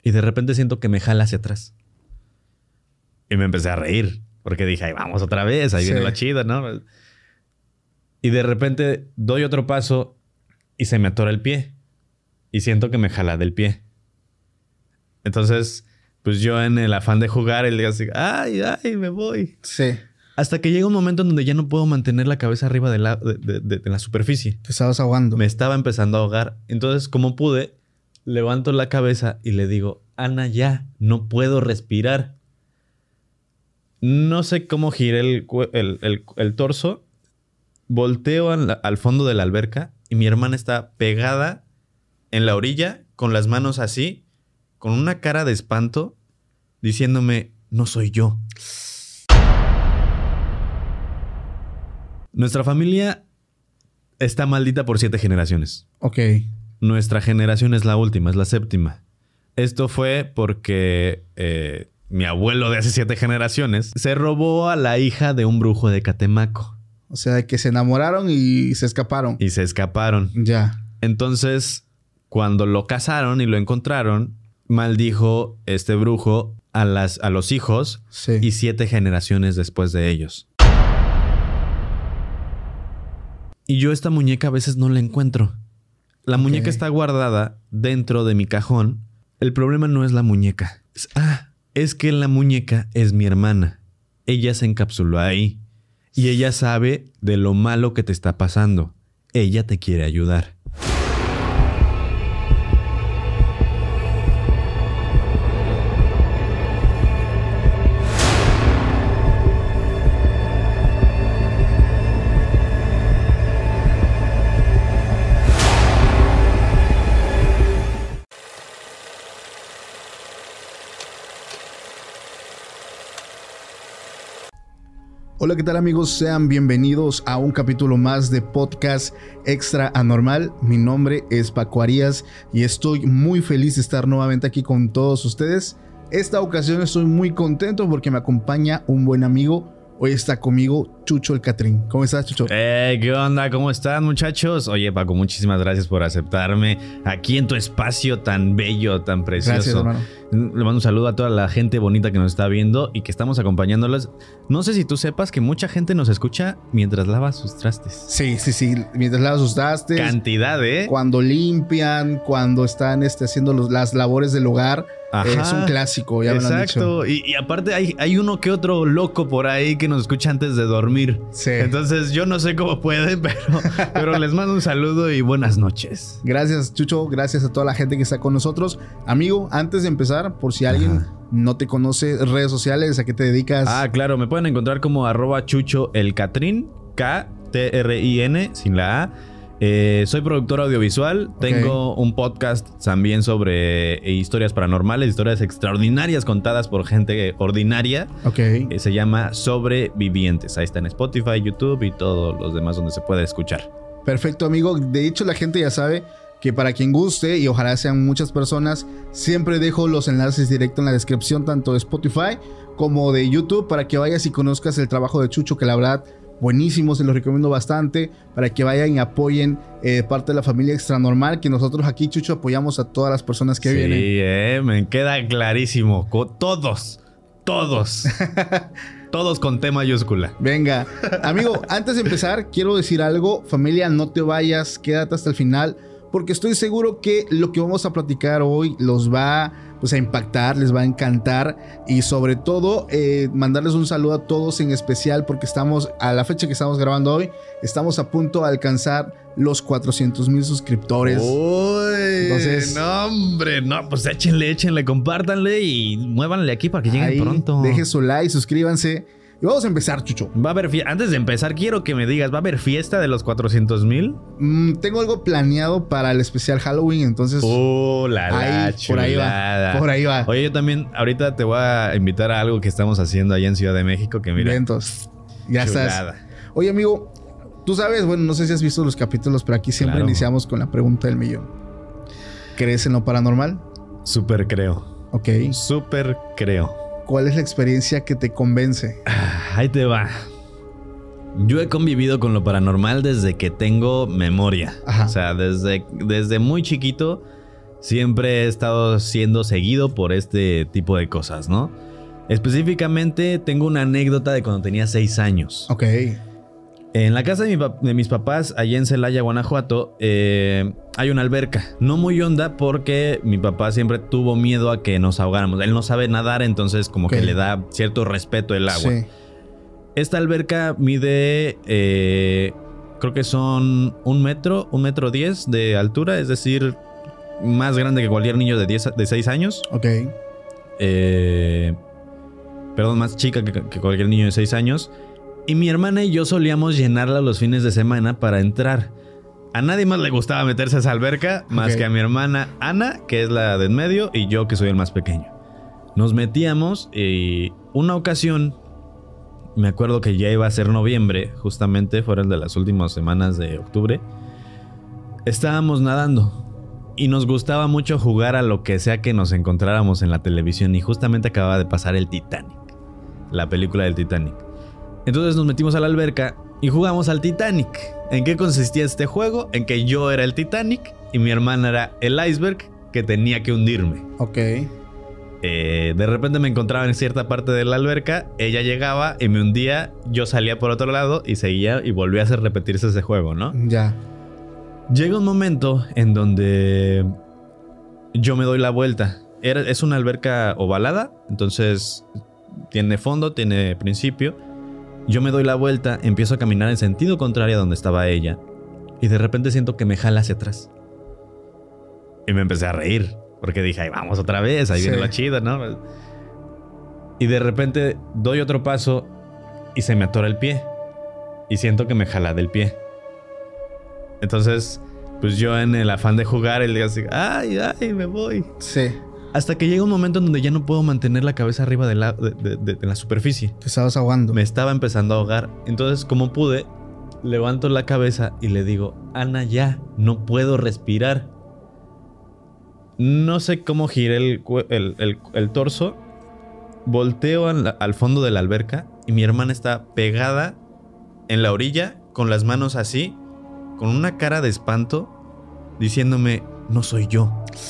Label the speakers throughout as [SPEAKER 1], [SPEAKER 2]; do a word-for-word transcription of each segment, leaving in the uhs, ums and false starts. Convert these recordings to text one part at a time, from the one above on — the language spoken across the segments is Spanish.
[SPEAKER 1] Y de repente siento que me jala hacia atrás. Y me empecé a reír. Porque dije, ay, vamos otra vez. Ahí sí. viene lo chido, ¿no? Y de repente doy otro paso y se me atora el pie. Y siento que me jala del pie. Entonces, pues yo en el afán de jugar, el día así, ay, ay, me voy.
[SPEAKER 2] Sí.
[SPEAKER 1] Hasta que llega un momento en donde ya no puedo mantener la cabeza arriba de la, de, de, de, de la superficie.
[SPEAKER 2] Te estabas ahogando.
[SPEAKER 1] Me estaba empezando a ahogar. Entonces, como pude, levanto la cabeza y le digo, Ana, ya, no puedo respirar. No sé cómo giré el, el, el, el torso. Volteo al, al fondo de la alberca y mi hermana está pegada en la orilla con las manos así, con una cara de espanto, diciéndome, no soy yo. Nuestra familia está maldita por siete generaciones.
[SPEAKER 2] Ok.
[SPEAKER 1] Nuestra generación es la última, es la séptima. Esto fue porque eh, mi abuelo de hace siete generaciones se robó a la hija de un brujo de Catemaco.
[SPEAKER 2] O sea, que se enamoraron y se escaparon.
[SPEAKER 1] Y se escaparon.
[SPEAKER 2] Ya.
[SPEAKER 1] Entonces, cuando lo cazaron y lo encontraron, maldijo este brujo a, las, a los hijos
[SPEAKER 2] sí.
[SPEAKER 1] y siete generaciones después de ellos. Y yo esta muñeca a veces no la encuentro. La okay. muñeca está guardada dentro de mi cajón. El problema no es la muñeca. Es, ah, es que la muñeca es mi hermana. Ella se encapsuló ahí. Y ella sabe de lo malo que te está pasando. Ella te quiere ayudar.
[SPEAKER 2] Hola, ¿qué tal amigos? Sean bienvenidos a un capítulo más de Podcast Extra Anormal. Mi nombre es Paco Arias y estoy muy feliz de estar nuevamente aquí con todos ustedes. Esta ocasión estoy muy contento porque me acompaña un buen amigo. Hoy está conmigo Chucho el Catrín. ¿Cómo estás, Chucho?
[SPEAKER 1] Eh, ¿qué onda? ¿Cómo están, muchachos? Oye, Paco, muchísimas gracias por aceptarme aquí en tu espacio tan bello, tan precioso.
[SPEAKER 2] Gracias, hermano.
[SPEAKER 1] Le mando un saludo a toda la gente bonita que nos está viendo y que estamos acompañándolas. No sé si tú sepas que mucha gente nos escucha mientras lava sus trastes.
[SPEAKER 2] Sí, sí, sí. Mientras lava sus trastes.
[SPEAKER 1] Cantidad, ¿eh?
[SPEAKER 2] Cuando limpian, cuando están este, haciendo los, las labores del hogar. Ajá, eh, es un clásico, ya me lo han dicho.
[SPEAKER 1] Exacto. Y, y aparte hay, hay uno que otro loco por ahí que nos escucha antes de dormir.
[SPEAKER 2] Sí.
[SPEAKER 1] Entonces yo no sé cómo pueden, pero, pero les mando un saludo y buenas noches.
[SPEAKER 2] Gracias, Chucho. Gracias a toda la gente que está con nosotros. Amigo, antes de empezar, por si alguien Ajá. no te conoce, redes sociales, ¿a qué te dedicas?
[SPEAKER 1] Ah, claro. Me pueden encontrar como arroba Chucho el Catrín, K T R I N, sin la A. Eh, soy productor audiovisual, okay. Tengo un podcast también sobre historias paranormales, historias extraordinarias contadas por gente ordinaria,
[SPEAKER 2] okay.
[SPEAKER 1] eh, Se llama Sobrevivientes. Ahí está en Spotify, YouTube y todos los demás donde se puede escuchar.
[SPEAKER 2] Perfecto, amigo. De hecho, la gente ya sabe que para quien guste, y ojalá sean muchas personas, siempre dejo los enlaces directos en la descripción, tanto de Spotify como de YouTube, para que vayas y conozcas el trabajo de Chucho, que la verdad buenísimo, se los recomiendo bastante para que vayan y apoyen eh, parte de la familia Extranormal, que nosotros aquí, Chucho, apoyamos a todas las personas que
[SPEAKER 1] sí,
[SPEAKER 2] vienen.
[SPEAKER 1] Sí, eh, me queda clarísimo. Todos, todos, todos con T mayúscula.
[SPEAKER 2] Venga, amigo, antes de empezar, quiero decir algo. Familia, no te vayas, quédate hasta el final, porque estoy seguro que lo que vamos a platicar hoy los va pues, a impactar, les va a encantar. Y sobre todo, eh, mandarles un saludo a todos en especial, porque estamos, a la fecha que estamos grabando hoy, estamos a punto de alcanzar los cuatrocientos mil suscriptores.
[SPEAKER 1] Uy,
[SPEAKER 2] entonces,
[SPEAKER 1] no, hombre, no, pues échenle, échenle, compártanle y muévanle aquí para que lleguen
[SPEAKER 2] ahí,
[SPEAKER 1] pronto.
[SPEAKER 2] Dejen su like, suscríbanse. Y vamos a empezar, Chucho.
[SPEAKER 1] Va a haber fie- Antes de empezar, quiero que me digas, ¿va a haber fiesta de los cuatrocientos mil?
[SPEAKER 2] Mm, tengo algo planeado para el especial Halloween, entonces...
[SPEAKER 1] ¡Uh, la, la
[SPEAKER 2] ahí, por ahí va, por ahí va.
[SPEAKER 1] Oye, yo también ahorita te voy a invitar a algo que estamos haciendo allá en Ciudad de México, que mira...
[SPEAKER 2] Eventos. Ya
[SPEAKER 1] chulada.
[SPEAKER 2] Estás. Oye, amigo, tú sabes, bueno, no sé si has visto los capítulos, pero aquí siempre claro. iniciamos con la pregunta del millón. ¿Crees en lo paranormal?
[SPEAKER 1] Súper creo.
[SPEAKER 2] Ok.
[SPEAKER 1] Súper creo.
[SPEAKER 2] ¿Cuál es la experiencia que te convence?
[SPEAKER 1] Ahí te va. Yo he convivido con lo paranormal desde que tengo memoria.
[SPEAKER 2] Ajá.
[SPEAKER 1] O sea, desde, desde muy chiquito siempre he estado siendo seguido por este tipo de cosas, ¿no? Específicamente tengo una anécdota de cuando tenía seis años.
[SPEAKER 2] Ok.
[SPEAKER 1] En la casa de, mi, de mis papás, allá en Celaya, Guanajuato, eh, hay una alberca. No muy honda porque mi papá siempre tuvo miedo a que nos ahogáramos. Él no sabe nadar, entonces como okay. que le da cierto respeto el agua. Sí. Esta alberca mide, eh, creo que son un metro, un metro diez de altura. Es decir, más grande que cualquier niño de, diez, de seis años.
[SPEAKER 2] Ok.
[SPEAKER 1] Eh, perdón, más chica que, que cualquier niño de seis años. Y mi hermana y yo solíamos llenarla los fines de semana para entrar. A nadie más le gustaba meterse a esa alberca, más okay. que a mi hermana Ana, que es la de en medio, y yo, que soy el más pequeño. Nos metíamos y una ocasión, me acuerdo que ya iba a ser noviembre, justamente fueron de las últimas semanas de octubre, estábamos nadando y nos gustaba mucho jugar a lo que sea que nos encontráramos en la televisión, y justamente acababa de pasar el Titanic, la película del Titanic. Entonces nos metimos a la alberca y jugamos al Titanic. ¿En qué consistía este juego? En que yo era el Titanic y mi hermana era el iceberg que tenía que hundirme.
[SPEAKER 2] Ok.
[SPEAKER 1] Eh, de repente me encontraba en cierta parte de la alberca, ella llegaba y me hundía, yo salía por otro lado y seguía y volvía a hacer repetirse ese juego, ¿no?
[SPEAKER 2] Ya.
[SPEAKER 1] Llega un momento en donde yo me doy la vuelta. Era, es una alberca ovalada, entonces tiene fondo, tiene principio. Yo me doy la vuelta, empiezo a caminar en sentido contrario a donde estaba ella, y de repente siento que me jala hacia atrás. Y me empecé a reír, porque dije, ay, vamos otra vez, ahí sí. viene la chida, ¿no? Y de repente doy otro paso y se me atora el pie. Y siento que me jala del pie. Entonces, pues yo en el afán de jugar, el día así, ay, ay, me voy.
[SPEAKER 2] Sí.
[SPEAKER 1] Hasta que llega un momento en donde ya no puedo mantener la cabeza arriba de la, de, de, de, de la superficie.
[SPEAKER 2] Te estabas ahogando.
[SPEAKER 1] Me estaba empezando a ahogar. Entonces, como pude, levanto la cabeza y le digo, Ana, ya, no puedo respirar. No sé cómo giré el, el, el, el torso. Volteo al, al fondo de la alberca y mi hermana está pegada en la orilla, con las manos así, con una cara de espanto, diciéndome, no soy yo.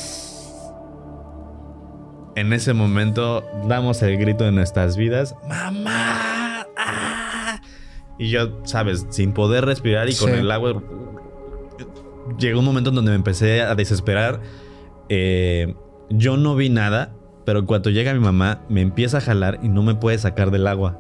[SPEAKER 1] En ese momento damos el grito de nuestras vidas, ¡mamá! ¡Ah! Y yo, sabes, sin poder respirar y sí. con el agua, llegó un momento en donde me empecé a desesperar. Eh, yo no vi nada, pero cuando llega mi mamá me empieza a jalar y no me puede sacar del agua.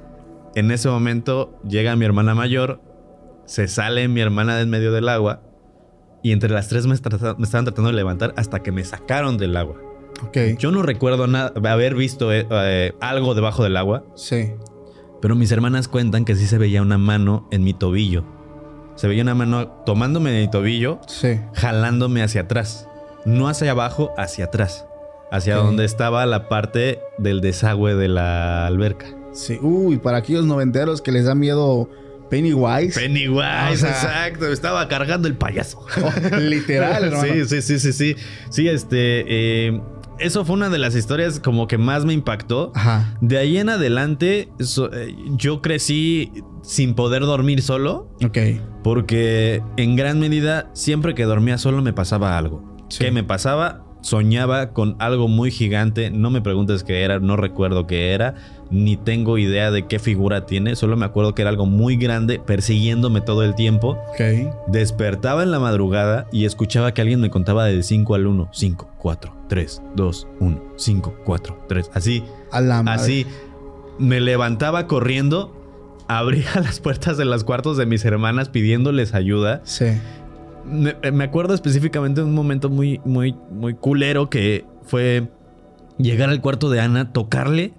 [SPEAKER 1] En ese momento llega mi hermana mayor, se sale mi hermana de en medio del agua y entre las tres me, tra- me estaban tratando de levantar hasta que me sacaron del agua.
[SPEAKER 2] Okay.
[SPEAKER 1] Yo no recuerdo nada, haber visto eh, eh, algo debajo del agua.
[SPEAKER 2] Sí.
[SPEAKER 1] Pero mis hermanas cuentan que sí se veía una mano en mi tobillo. Se veía una mano tomándome de mi tobillo,
[SPEAKER 2] sí.
[SPEAKER 1] jalándome hacia atrás. No hacia abajo, hacia atrás. Hacia okay. donde estaba la parte del desagüe de la alberca.
[SPEAKER 2] Sí. Uy, para aquellos noventeros que les da miedo Pennywise.
[SPEAKER 1] Pennywise, o sea, exacto. Estaba cargando el payaso.
[SPEAKER 2] Oh, literal, hermano.
[SPEAKER 1] Sí, sí, sí, sí, sí. Sí, este... Eh, eso fue una de las historias como que más me impactó.
[SPEAKER 2] Ajá.
[SPEAKER 1] De ahí en adelante, so, eh, yo crecí sin poder dormir solo.
[SPEAKER 2] Ok.
[SPEAKER 1] Porque en gran medida, siempre que dormía solo me pasaba algo. Sí. ¿Qué me pasaba? Soñaba con algo muy gigante. No me preguntes qué era, no recuerdo qué era. Ni tengo idea de qué figura tiene. Solo me acuerdo que era algo muy grande persiguiéndome todo el tiempo.
[SPEAKER 2] Okay.
[SPEAKER 1] Despertaba en la madrugada y escuchaba que alguien me contaba de cinco al uno. cinco, cuatro, tres, dos, uno. cinco, cuatro, tres. Así.
[SPEAKER 2] A la madre.
[SPEAKER 1] Así. Me levantaba corriendo. Abría las puertas de los cuartos de mis hermanas pidiéndoles ayuda.
[SPEAKER 2] Sí.
[SPEAKER 1] Me, me acuerdo específicamente de un momento muy, muy, muy culero que fue llegar al cuarto de Ana, tocarle.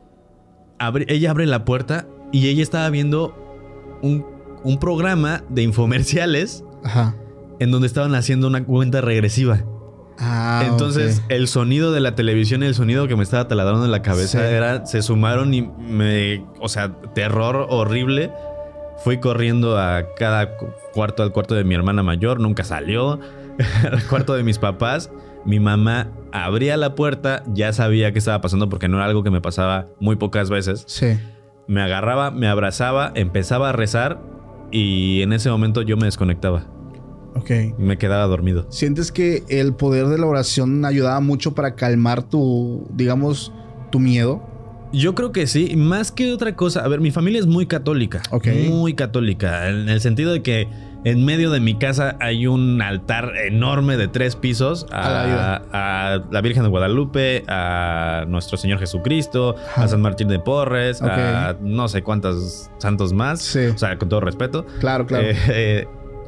[SPEAKER 1] Abre, ella abre la puerta y ella estaba viendo un, un programa de infomerciales.
[SPEAKER 2] Ajá.
[SPEAKER 1] En donde estaban haciendo una cuenta regresiva.
[SPEAKER 2] Ah,
[SPEAKER 1] entonces
[SPEAKER 2] okay.
[SPEAKER 1] el sonido de la televisión y el sonido que me estaba taladrando en la cabeza sí. era, se sumaron y me, o sea, terror horrible. Fui corriendo a cada cuarto, al cuarto de mi hermana mayor, nunca salió. Al cuarto de mis papás, mi mamá abría la puerta, ya sabía qué estaba pasando porque no era algo que me pasaba muy pocas veces.
[SPEAKER 2] Sí.
[SPEAKER 1] Me agarraba, me abrazaba, empezaba a rezar y en ese momento yo me desconectaba.
[SPEAKER 2] Ok.
[SPEAKER 1] Me quedaba dormido.
[SPEAKER 2] ¿Sientes que el poder de la oración ayudaba mucho para calmar tu, digamos, tu miedo?
[SPEAKER 1] Yo creo que sí, más que otra cosa. A ver, mi familia es muy católica.
[SPEAKER 2] Ok.
[SPEAKER 1] Muy católica. En el sentido de que en medio de mi casa hay un altar enorme de tres pisos a,
[SPEAKER 2] A la vida.
[SPEAKER 1] a la Virgen de Guadalupe, a nuestro Señor Jesucristo,
[SPEAKER 2] Ajá.
[SPEAKER 1] a San Martín de Porres,
[SPEAKER 2] Ok.
[SPEAKER 1] a no sé cuántos santos más.
[SPEAKER 2] Sí.
[SPEAKER 1] O sea, con todo respeto.
[SPEAKER 2] Claro, claro.
[SPEAKER 1] Eh, eh,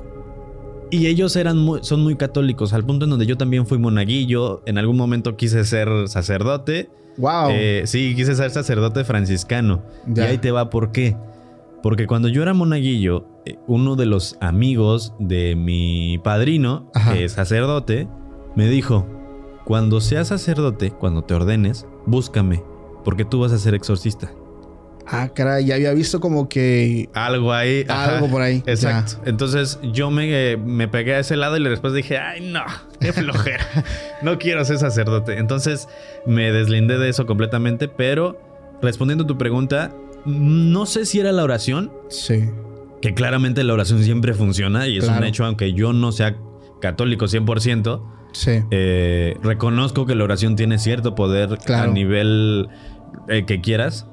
[SPEAKER 1] y ellos eran muy, son muy católicos, al punto en donde yo también fui monaguillo. En algún momento quise ser sacerdote.
[SPEAKER 2] Wow.
[SPEAKER 1] Eh, sí, quise ser sacerdote franciscano.
[SPEAKER 2] Ya.
[SPEAKER 1] Y ahí te va por qué. Porque cuando yo era monaguillo, eh, uno de los amigos de mi padrino,
[SPEAKER 2] Ajá.
[SPEAKER 1] que es sacerdote, me dijo: cuando seas sacerdote, cuando te ordenes, búscame, porque tú vas a ser exorcista.
[SPEAKER 2] Ah, caray, ya había visto como que
[SPEAKER 1] Algo ahí. ajá.
[SPEAKER 2] algo por ahí.
[SPEAKER 1] Exacto.
[SPEAKER 2] Ya.
[SPEAKER 1] Entonces yo me, me pegué a ese lado y después dije: ay, no, qué flojera. No quiero ser sacerdote. Entonces me deslindé de eso completamente. Pero respondiendo a tu pregunta, no sé si era la oración,
[SPEAKER 2] Sí.
[SPEAKER 1] que claramente la oración siempre funciona y es
[SPEAKER 2] Claro.
[SPEAKER 1] un hecho, aunque yo no sea católico cien por ciento.
[SPEAKER 2] Sí.
[SPEAKER 1] Eh, reconozco que la oración tiene cierto poder
[SPEAKER 2] Claro.
[SPEAKER 1] a nivel eh, que quieras.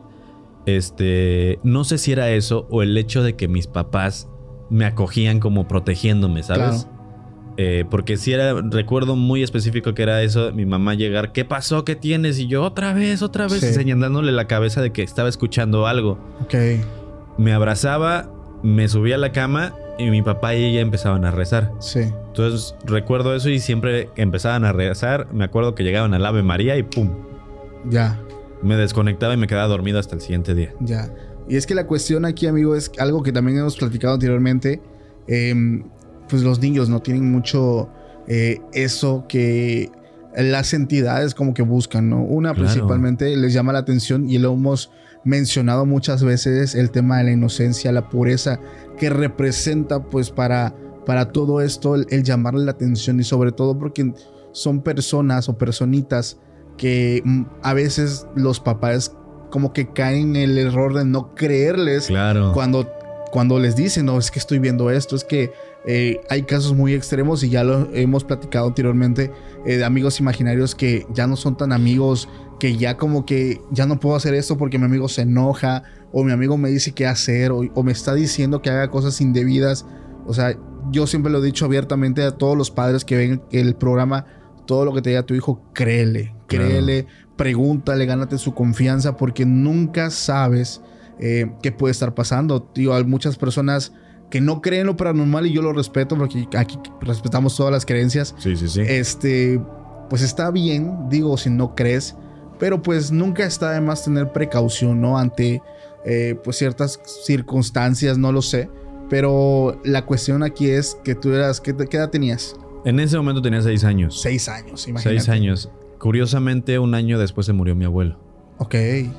[SPEAKER 1] Este, no sé si era eso o el hecho de que mis papás me acogían como protegiéndome, ¿sabes? Eh, porque si era, recuerdo muy específico que era eso, mi mamá llegar: ¿qué pasó? ¿Qué tienes? Y yo: otra vez, otra vez,
[SPEAKER 2] Sí.
[SPEAKER 1] señalándole la cabeza de que estaba escuchando algo.
[SPEAKER 2] Ok.
[SPEAKER 1] Me abrazaba, me subía a la cama y mi papá y ella empezaban a rezar.
[SPEAKER 2] Sí.
[SPEAKER 1] Entonces recuerdo eso y siempre que empezaban a rezar, me acuerdo que llegaban al Ave María y ¡pum!
[SPEAKER 2] Ya.
[SPEAKER 1] Me desconectaba y me quedaba dormido hasta el siguiente día.
[SPEAKER 2] Ya. Y es que la cuestión aquí, amigo, es algo que también hemos platicado anteriormente. Eh, pues los niños no tienen mucho eh, eso que las entidades como que buscan, ¿no? Una,
[SPEAKER 1] Claro.
[SPEAKER 2] principalmente les llama la atención y lo hemos mencionado muchas veces, el tema de la inocencia, la pureza que representa pues para, para todo esto el, el llamarle la atención, y sobre todo porque son personas o personitas que mm, a veces los papás como que caen en el error de no creerles
[SPEAKER 1] Claro.
[SPEAKER 2] cuando, cuando les dicen: no, es que estoy viendo esto. Es que eh, hay casos muy extremos y ya lo hemos platicado anteriormente, eh, de amigos imaginarios que ya no son tan amigos, que ya como que ya no puedo hacer esto porque mi amigo se enoja, o mi amigo me dice qué hacer, o, o me está diciendo que haga cosas indebidas. O sea, yo siempre lo he dicho abiertamente a todos los padres que ven el programa: todo lo que te diga tu hijo, créele, créele, claro. Pregúntale, gánate su confianza, porque nunca sabes eh, qué puede estar pasando. Tío, hay muchas personas que no creen lo paranormal y yo lo respeto porque aquí respetamos todas las creencias.
[SPEAKER 1] Sí, sí, sí.
[SPEAKER 2] Este, pues está bien, digo, si no crees, pero pues nunca está de más tener precaución, ¿no? Ante eh, pues ciertas circunstancias, no lo sé. Pero la cuestión aquí es que tú eras, ¿qué, qué edad tenías?
[SPEAKER 1] En ese momento tenía seis años.
[SPEAKER 2] Seis años, imagínate.
[SPEAKER 1] Seis años. Curiosamente, un año después se murió mi abuelo.
[SPEAKER 2] Ok.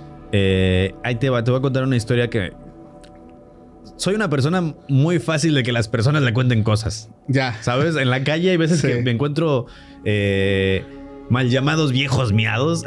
[SPEAKER 1] Eh, ahí te va, te voy a contar una historia que... Soy una persona muy fácil de que las personas le cuenten cosas.
[SPEAKER 2] Ya.
[SPEAKER 1] ¿Sabes? En la calle hay veces sí. que me encuentro eh, mal llamados viejos miados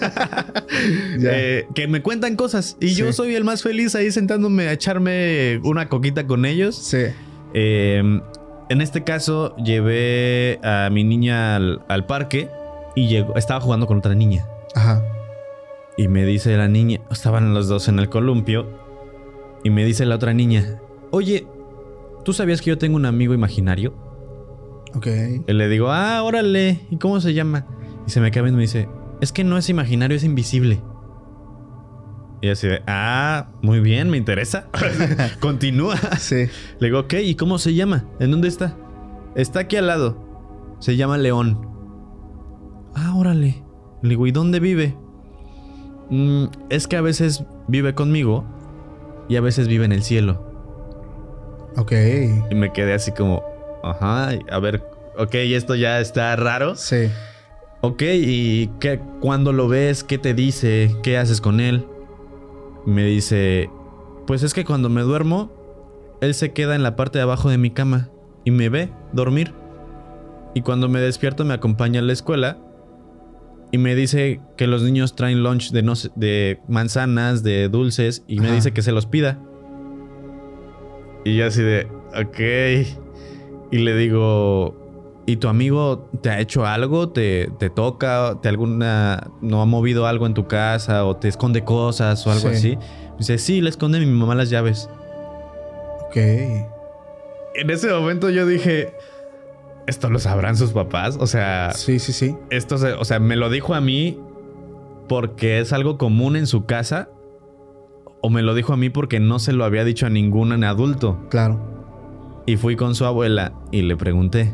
[SPEAKER 1] eh, que me cuentan cosas. Y sí. yo soy el más feliz ahí sentándome a echarme una coquita con ellos.
[SPEAKER 2] Sí.
[SPEAKER 1] Eh, en este caso, llevé a mi niña al, al parque y llegó, estaba jugando con otra niña.
[SPEAKER 2] Ajá.
[SPEAKER 1] Y me dice la niña, estaban los dos en el columpio, y me dice la otra niña: oye, ¿tú sabías que yo tengo un amigo imaginario?
[SPEAKER 2] Ok.
[SPEAKER 1] Y le digo: ah, órale, ¿y cómo se llama? Y se me queda viendo y me dice: es que no es imaginario, es invisible. Y así de: ah, muy bien, me interesa. Continúa.
[SPEAKER 2] Sí.
[SPEAKER 1] Le digo: ok, ¿y cómo se llama? ¿En dónde está? Está aquí al lado. Se llama León. Ah, órale. Le digo: ¿y dónde vive? Mm, es que a veces vive conmigo y a veces vive en el cielo.
[SPEAKER 2] Ok.
[SPEAKER 1] Y me quedé así como: ajá, a ver, ok, esto ya está raro.
[SPEAKER 2] Sí.
[SPEAKER 1] Ok, ¿y qué, cuándo lo ves? ¿Qué te dice? ¿Qué haces con él? Me dice: pues es que cuando me duermo, él se queda en la parte de abajo de mi cama y me ve dormir. Y cuando me despierto me acompaña a la escuela y me dice que los niños traen lunch de, no sé, de manzanas, de dulces, y me
[SPEAKER 2] Ajá.
[SPEAKER 1] dice que se los pida. Y yo así de: ok. Y le digo, ¿y tu amigo te ha hecho algo? ¿Te, te toca? ¿Te alguna... no ha movido algo en tu casa? ¿O te esconde cosas o algo
[SPEAKER 2] Sí.
[SPEAKER 1] así? Dice, sí, le esconde a mi mamá las llaves.
[SPEAKER 2] Ok.
[SPEAKER 1] En ese momento yo dije, ¿esto lo sabrán sus papás? O sea,
[SPEAKER 2] Sí, sí, sí.
[SPEAKER 1] esto se, o sea, me lo dijo a mí porque es algo común en su casa, o me lo dijo a mí porque no se lo había dicho a ningún adulto.
[SPEAKER 2] Claro.
[SPEAKER 1] Y fui con su abuela y le pregunté.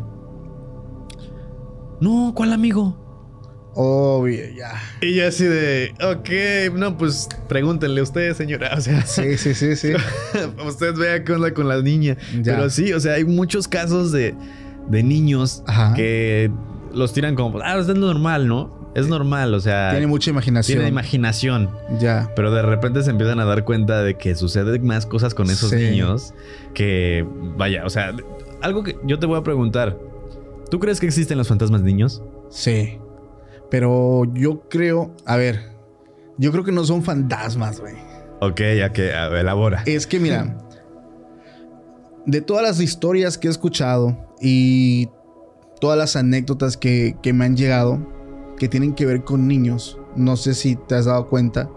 [SPEAKER 1] No, ¿cuál amigo?
[SPEAKER 2] Obvio, ya.
[SPEAKER 1] Y yo así de, ok, no, pues pregúntenle ustedes, señora. O sea,
[SPEAKER 2] Sí, sí, sí, sí.
[SPEAKER 1] ustedes vean qué onda con la niña.
[SPEAKER 2] Ya.
[SPEAKER 1] Pero sí, o sea, hay muchos casos de, de niños
[SPEAKER 2] Ajá.
[SPEAKER 1] que los tiran como, ah, es normal, ¿no? Es normal, o sea.
[SPEAKER 2] Tiene mucha imaginación.
[SPEAKER 1] Tiene imaginación.
[SPEAKER 2] Ya.
[SPEAKER 1] Pero de repente se empiezan a dar cuenta de que suceden más cosas con esos
[SPEAKER 2] Sí.
[SPEAKER 1] niños que, vaya, o sea, algo que yo te voy a preguntar. ¿Tú crees que existen los fantasmas niños?
[SPEAKER 2] Sí. Pero yo creo, a ver, yo creo que no son fantasmas, güey.
[SPEAKER 1] Ok, ya que a ver, elabora.
[SPEAKER 2] Es que mira, de todas las historias que he escuchado y todas las anécdotas que, que me han llegado que tienen que ver con niños, no sé si te has dado cuenta,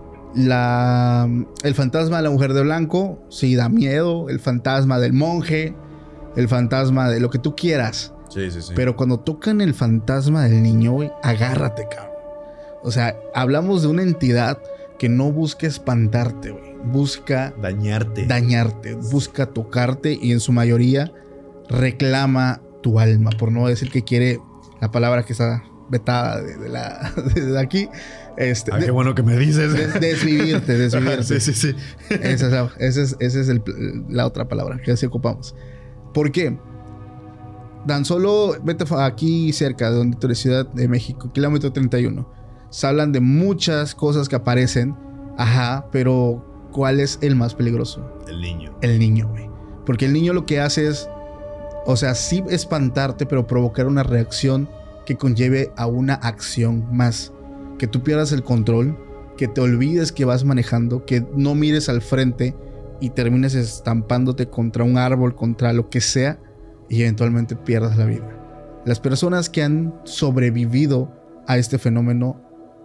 [SPEAKER 2] la, el fantasma de la mujer de blanco sí da miedo, el fantasma del monje, el fantasma de lo que tú quieras.
[SPEAKER 1] Sí, sí, sí.
[SPEAKER 2] Pero cuando tocan el fantasma del niño, güey, agárrate, cabrón. O sea, hablamos de una entidad que no busca espantarte, güey. Busca
[SPEAKER 1] dañarte.
[SPEAKER 2] dañarte, busca tocarte y en su mayoría reclama tu alma. Por no decir que quiere la palabra que está vetada de, de, la, de aquí. Este,
[SPEAKER 1] ah,
[SPEAKER 2] de,
[SPEAKER 1] qué bueno que me dices.
[SPEAKER 2] De, desvivirte, desvivirte.
[SPEAKER 1] sí, sí, sí.
[SPEAKER 2] Esa es, la, esa es, esa es el, la otra palabra que así ocupamos. ¿Por qué? Tan solo, vete aquí cerca de donde tu Ciudad de México, kilómetro treinta y uno. Se hablan de muchas cosas que aparecen. Ajá, pero ¿cuál es el más peligroso?
[SPEAKER 1] El niño.
[SPEAKER 2] El niño, güey. Porque el niño lo que hace es, o sea, sí espantarte, pero provocar una reacción que conlleve a una acción más. Que tú pierdas el control, que te olvides que vas manejando, que no mires al frente y termines estampándote contra un árbol, contra lo que sea, y eventualmente pierdas la vida. Las personas que han sobrevivido a este fenómeno,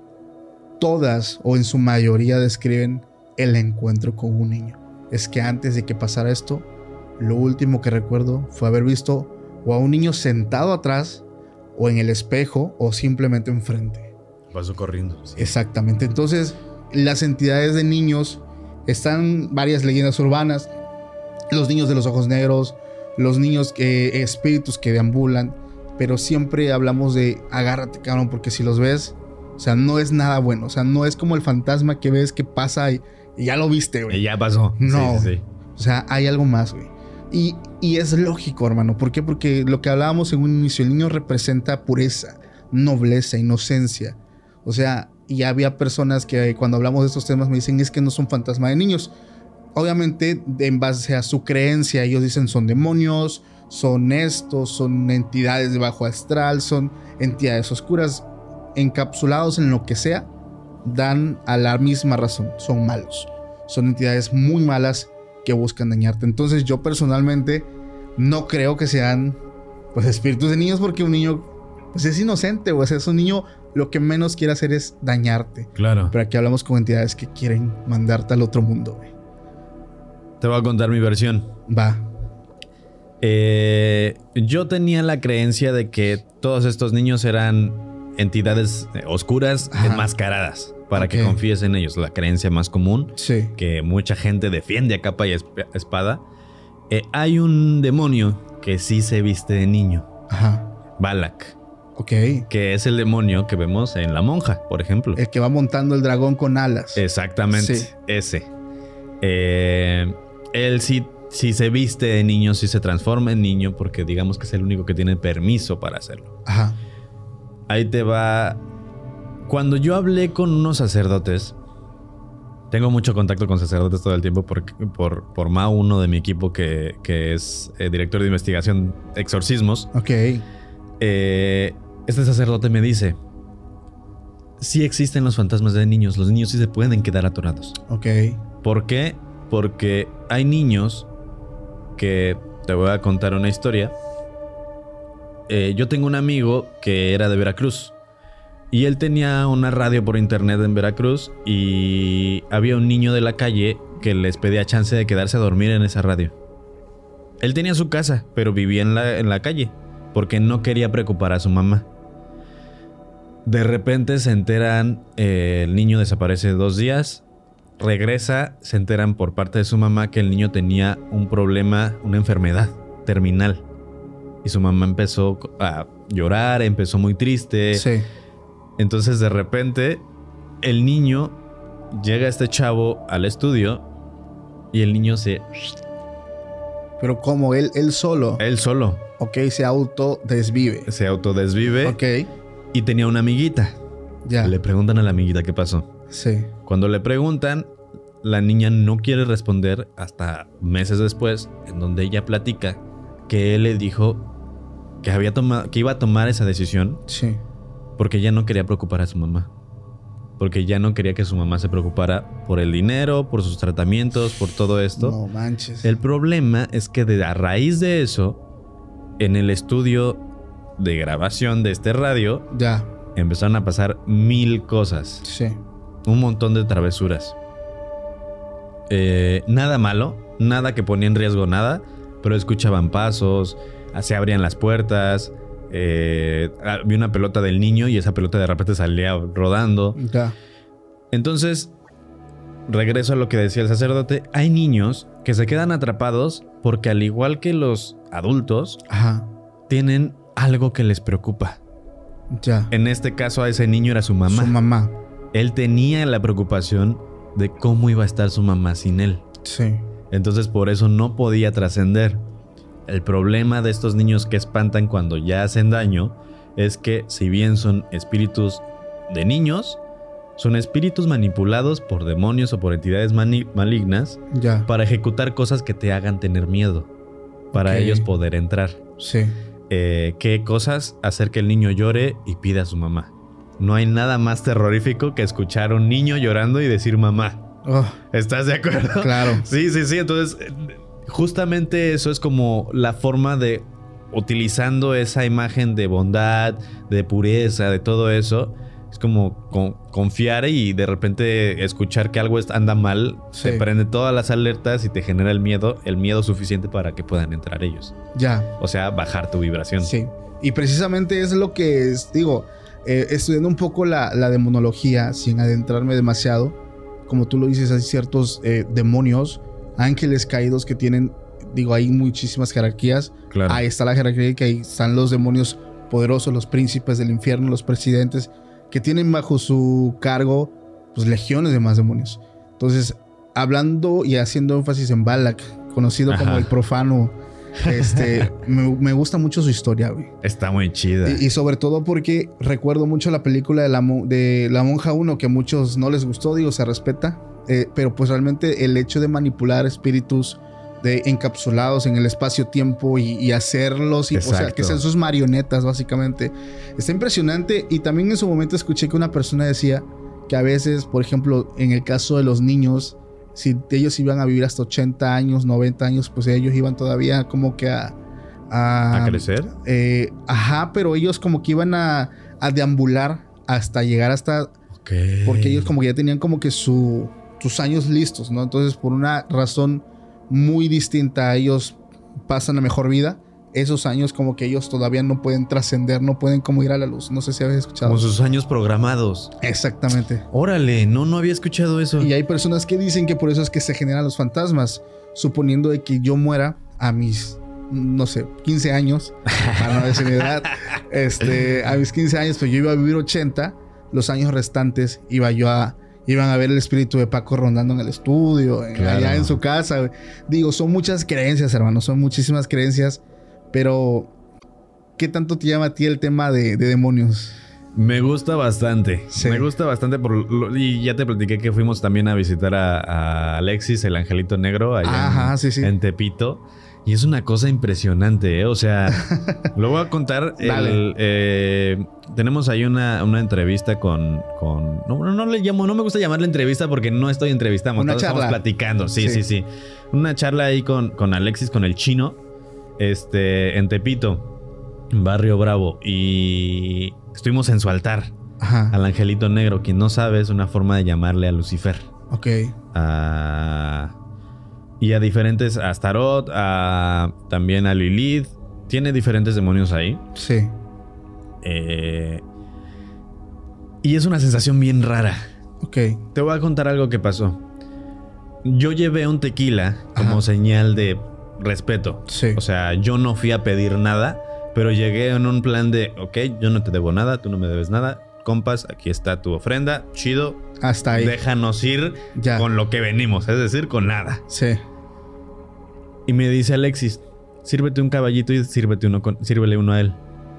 [SPEAKER 2] todas o en su mayoría describen el encuentro con un niño. Es que antes de que pasara esto, lo último que recuerdo fue haber visto o a un niño sentado atrás, o en el espejo, o simplemente enfrente.
[SPEAKER 1] Pasó corriendo. Sí.
[SPEAKER 2] Exactamente. Entonces, las entidades de niños, están varias leyendas urbanas. Los niños de los ojos negros, los niños, eh, espíritus que deambulan. Pero siempre hablamos de agárrate, cabrón, porque si los ves, o sea, no es nada bueno. O sea, no es como el fantasma que ves que pasa y, y ya lo viste, güey.
[SPEAKER 1] Y ya pasó.
[SPEAKER 2] No.
[SPEAKER 1] Sí, sí, sí.
[SPEAKER 2] O sea, hay algo más, güey. Y, y es lógico, hermano. ¿Por qué? Porque lo que hablábamos en un inicio, el niño representa pureza, nobleza, inocencia. O sea, y había personas que cuando hablamos de estos temas me dicen, es que no son fantasmas de niños. Obviamente, en base a su creencia, ellos dicen son demonios, son estos, son entidades de bajo astral, son entidades oscuras, encapsulados en lo que sea, dan a la misma razón, son malos. Son entidades muy malas que buscan dañarte. Entonces yo personalmente no creo que sean pues espíritus de niños, porque un niño pues es inocente, o sea, es un niño, lo que menos quiere hacer es dañarte.
[SPEAKER 1] Claro.
[SPEAKER 2] Pero aquí hablamos con entidades que quieren mandarte al otro mundo, güey.
[SPEAKER 1] Te voy a contar mi versión.
[SPEAKER 2] Va.
[SPEAKER 1] Eh, yo tenía la creencia de que todos estos niños eran entidades oscuras,
[SPEAKER 2] Ajá.
[SPEAKER 1] enmascaradas, para
[SPEAKER 2] Ok.
[SPEAKER 1] que confíes en ellos. La creencia más común,
[SPEAKER 2] Sí.
[SPEAKER 1] que mucha gente defiende a capa y esp- espada. Eh, hay un demonio que sí se viste de niño,
[SPEAKER 2] Ajá.
[SPEAKER 1] Balak,
[SPEAKER 2] Ok.
[SPEAKER 1] que es el demonio que vemos en La Monja, por ejemplo.
[SPEAKER 2] El que va montando el dragón con alas.
[SPEAKER 1] Exactamente,
[SPEAKER 2] Sí.
[SPEAKER 1] ese. Eh, él sí, sí se viste de niño, sí se transforma en niño, porque digamos que es el único que tiene permiso para hacerlo.
[SPEAKER 2] Ajá.
[SPEAKER 1] Ahí te va. Cuando yo hablé con unos sacerdotes, tengo mucho contacto con sacerdotes todo el tiempo por, por, por Mau, uno de mi equipo que, que es eh, director de investigación exorcismos.
[SPEAKER 2] Ok.
[SPEAKER 1] Eh, este sacerdote me dice: sí existen los fantasmas de niños, los niños sí se pueden quedar atorados.
[SPEAKER 2] Ok.
[SPEAKER 1] ¿Por qué? Porque hay niños que te voy a contar una historia. Eh, yo tengo un amigo que era de Veracruz. Y él tenía una radio por internet en Veracruz. Y había un niño de la calle que les pedía chance de quedarse a dormir en esa radio. Él tenía su casa, pero vivía en la, en la calle. Porque no quería preocupar a su mamá. De repente se enteran, eh, el niño desaparece dos días. Regresa, se enteran por parte de su mamá que el niño tenía un problema, una enfermedad terminal. Y su mamá empezó a llorar, empezó muy triste.
[SPEAKER 2] Sí.
[SPEAKER 1] Entonces de repente el niño, llega este chavo al estudio y el niño se...
[SPEAKER 2] Pero como él, él solo.
[SPEAKER 1] Él solo.
[SPEAKER 2] Ok, se autodesvive.
[SPEAKER 1] Se autodesvive.
[SPEAKER 2] Ok.
[SPEAKER 1] Y tenía una amiguita.
[SPEAKER 2] Ya.
[SPEAKER 1] Le preguntan a la amiguita qué pasó.
[SPEAKER 2] Sí.
[SPEAKER 1] Cuando le preguntan, la niña no quiere responder hasta meses después, en donde ella platica que él le dijo que, había tomado, que iba a tomar esa decisión.
[SPEAKER 2] Sí.
[SPEAKER 1] Porque ya no quería preocupar a su mamá. Porque ya no quería que su mamá se preocupara por el dinero, por sus tratamientos, por todo esto.
[SPEAKER 2] No manches.
[SPEAKER 1] El problema es que de, a raíz de eso, en el estudio de grabación de este radio,
[SPEAKER 2] ya
[SPEAKER 1] empezaron a pasar mil cosas.
[SPEAKER 2] Sí.
[SPEAKER 1] Un montón de travesuras. Eh, nada malo, nada que ponía en riesgo nada, pero escuchaban pasos, se abrían las puertas. Eh, vi una pelota del niño y esa pelota de repente salía rodando.
[SPEAKER 2] Ya.
[SPEAKER 1] Entonces, regreso a lo que decía el sacerdote. Hay niños que se quedan atrapados porque, al igual que los adultos,
[SPEAKER 2] Ajá.
[SPEAKER 1] tienen algo que les preocupa.
[SPEAKER 2] Ya.
[SPEAKER 1] En este caso, a ese niño era su mamá.
[SPEAKER 2] Su mamá.
[SPEAKER 1] Él tenía la preocupación de cómo iba a estar su mamá sin él.
[SPEAKER 2] Sí.
[SPEAKER 1] Entonces, por eso no podía trascender. El problema de estos niños que espantan cuando ya hacen daño es que, si bien son espíritus de niños, son espíritus manipulados por demonios o por entidades malignas
[SPEAKER 2] Ya.
[SPEAKER 1] para ejecutar cosas que te hagan tener miedo, para
[SPEAKER 2] Ok.
[SPEAKER 1] ellos poder entrar.
[SPEAKER 2] Sí.
[SPEAKER 1] Eh, ¿Qué cosas? Hacer que el niño llore y pida a su mamá. No hay nada más terrorífico que escuchar a un niño llorando y decir mamá.
[SPEAKER 2] Oh,
[SPEAKER 1] ¿Estás de acuerdo?
[SPEAKER 2] claro.
[SPEAKER 1] Sí, sí, sí. Entonces, justamente eso es como la forma de, utilizando esa imagen de bondad, de pureza, de todo eso, es como con, confiar y de repente escuchar que algo anda mal,
[SPEAKER 2] Sí.
[SPEAKER 1] te prende todas las alertas y te genera el miedo, el miedo suficiente para que puedan entrar ellos.
[SPEAKER 2] Ya.
[SPEAKER 1] O sea, bajar tu vibración.
[SPEAKER 2] Sí. Y precisamente es lo que es, digo, eh, estudiando un poco la, la demonología, sin adentrarme demasiado, como tú lo dices, hay ciertos eh, demonios, ángeles caídos que tienen, digo, hay muchísimas jerarquías.
[SPEAKER 1] Claro.
[SPEAKER 2] Ahí está la jerarquía, que ahí están los demonios poderosos, los príncipes del infierno, los presidentes, que tienen bajo su cargo pues legiones de más demonios. Entonces, hablando y haciendo énfasis en Balak, conocido
[SPEAKER 1] Ajá.
[SPEAKER 2] como el profano, este, me, me gusta mucho su historia, güey.
[SPEAKER 1] Está muy chida.
[SPEAKER 2] Y, y sobre todo porque recuerdo mucho la película de la, mo- de la Monja uno, que a muchos no les gustó, digo, se respeta, eh, pero pues realmente el hecho de manipular espíritus de encapsulados en el espacio-tiempo y, y hacerlos, y, o sea, que sean sus marionetas básicamente, está impresionante. Y también en su momento escuché que una persona decía que a veces, por ejemplo, en el caso de los niños, si ellos iban a vivir hasta ochenta años, noventa años, pues ellos iban todavía como que a...
[SPEAKER 1] ¿A crecer?
[SPEAKER 2] Eh, ajá, pero ellos como que iban a, a deambular hasta llegar hasta...
[SPEAKER 1] Okay.
[SPEAKER 2] Porque ellos como que ya tenían como que su, sus años listos, ¿no? Entonces, por una razón muy distinta, ellos pasan la mejor vida. Esos años como que ellos todavía no pueden trascender, no pueden como ir a la luz. No sé si habéis escuchado.
[SPEAKER 1] Como sus años programados.
[SPEAKER 2] Exactamente.
[SPEAKER 1] Órale, no, no había escuchado eso.
[SPEAKER 2] Y hay personas que dicen que por eso es que se generan los fantasmas, suponiendo de que yo muera a mis, no sé, quince años, para no decir mi edad, este, a mis quince años, pues yo iba a vivir ochenta, los años restantes iba yo a, iban a ver el espíritu de Paco rondando en el estudio, en,
[SPEAKER 1] Claro.
[SPEAKER 2] allá en su casa, güey. Digo, son muchas creencias, hermano, son muchísimas creencias, pero ¿qué tanto te llama a ti el tema de, de demonios?
[SPEAKER 1] Me gusta bastante.
[SPEAKER 2] Sí.
[SPEAKER 1] Me gusta bastante. Por lo, y ya te platiqué que fuimos también a visitar a, a Alexis, el angelito negro, allá
[SPEAKER 2] Ajá,
[SPEAKER 1] en,
[SPEAKER 2] sí, sí.
[SPEAKER 1] en Tepito. Y es una cosa impresionante, ¿eh? O sea, lo voy a contar. El, eh, tenemos ahí una, una entrevista con... con no, no, no le llamo, no me gusta llamarle entrevista porque no estoy entrevistando.
[SPEAKER 2] Una
[SPEAKER 1] Estamos
[SPEAKER 2] charla.
[SPEAKER 1] platicando. Sí,
[SPEAKER 2] Sí.
[SPEAKER 1] sí, sí. Una charla ahí con, con Alexis, con el chino. este, en Tepito, Barrio Bravo, y estuvimos en su altar.
[SPEAKER 2] Ajá.
[SPEAKER 1] Al angelito negro. Quien no sabe, es una forma de llamarle a Lucifer.
[SPEAKER 2] Ok.
[SPEAKER 1] A... Y a diferentes, a Astaroth, a... también a Lilith. Tiene diferentes demonios ahí.
[SPEAKER 2] Sí.
[SPEAKER 1] Eh... Y es una sensación bien rara.
[SPEAKER 2] Ok.
[SPEAKER 1] Te voy a contar algo que pasó. Yo llevé un tequila como
[SPEAKER 2] Ajá.
[SPEAKER 1] señal de respeto.
[SPEAKER 2] Sí.
[SPEAKER 1] O sea, yo no fui a pedir nada, pero llegué en un plan de, ok, yo no te debo nada, tú no me debes nada. Compas, aquí está tu ofrenda, chido.
[SPEAKER 2] Hasta ahí.
[SPEAKER 1] Déjanos ir
[SPEAKER 2] ya.
[SPEAKER 1] Con lo que venimos, es decir, con nada.
[SPEAKER 2] Sí.
[SPEAKER 1] Y me dice Alexis, sírvete un caballito y sírvete uno con, sírvele uno a él.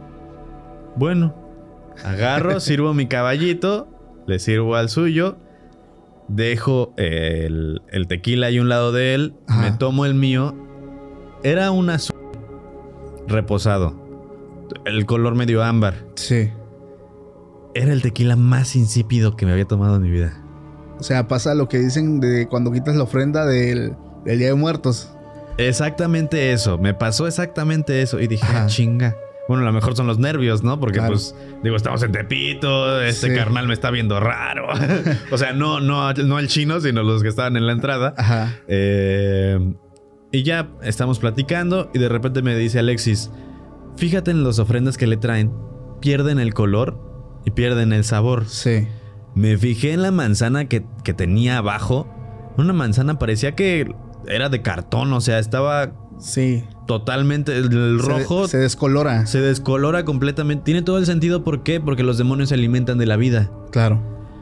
[SPEAKER 1] Bueno, agarro, sirvo mi caballito, le sirvo al suyo, dejo el, el tequila ahí a un lado de él,
[SPEAKER 2] Ajá.
[SPEAKER 1] me tomo el mío. Era un azul reposado, el color medio ámbar.
[SPEAKER 2] Sí.
[SPEAKER 1] Era el tequila más insípido que me había tomado en mi vida.
[SPEAKER 2] O sea, pasa lo que dicen de cuando quitas la ofrenda del, del Día de Muertos.
[SPEAKER 1] Exactamente eso. Me pasó exactamente eso. Y dije, ah, chinga. Bueno, a lo mejor son los nervios, ¿no? Porque claro. pues, digo, estamos en Tepito. Este sí. carnal me está viendo raro. O sea, no, no, no el chino, sino los que estaban en la entrada.
[SPEAKER 2] Ajá.
[SPEAKER 1] Eh, y ya estamos platicando. Y de repente me dice Alexis, fíjate en las ofrendas que le traen. Pierden el color y pierden el sabor.
[SPEAKER 2] Sí.
[SPEAKER 1] Me fijé en la manzana que, que tenía abajo. Una manzana parecía que era de cartón. O sea, estaba...
[SPEAKER 2] Sí.
[SPEAKER 1] Totalmente. El, el rojo...
[SPEAKER 2] Se, se descolora.
[SPEAKER 1] Se descolora completamente. Tiene todo el sentido. ¿Por qué? Porque los demonios se alimentan de la vida.
[SPEAKER 2] Claro.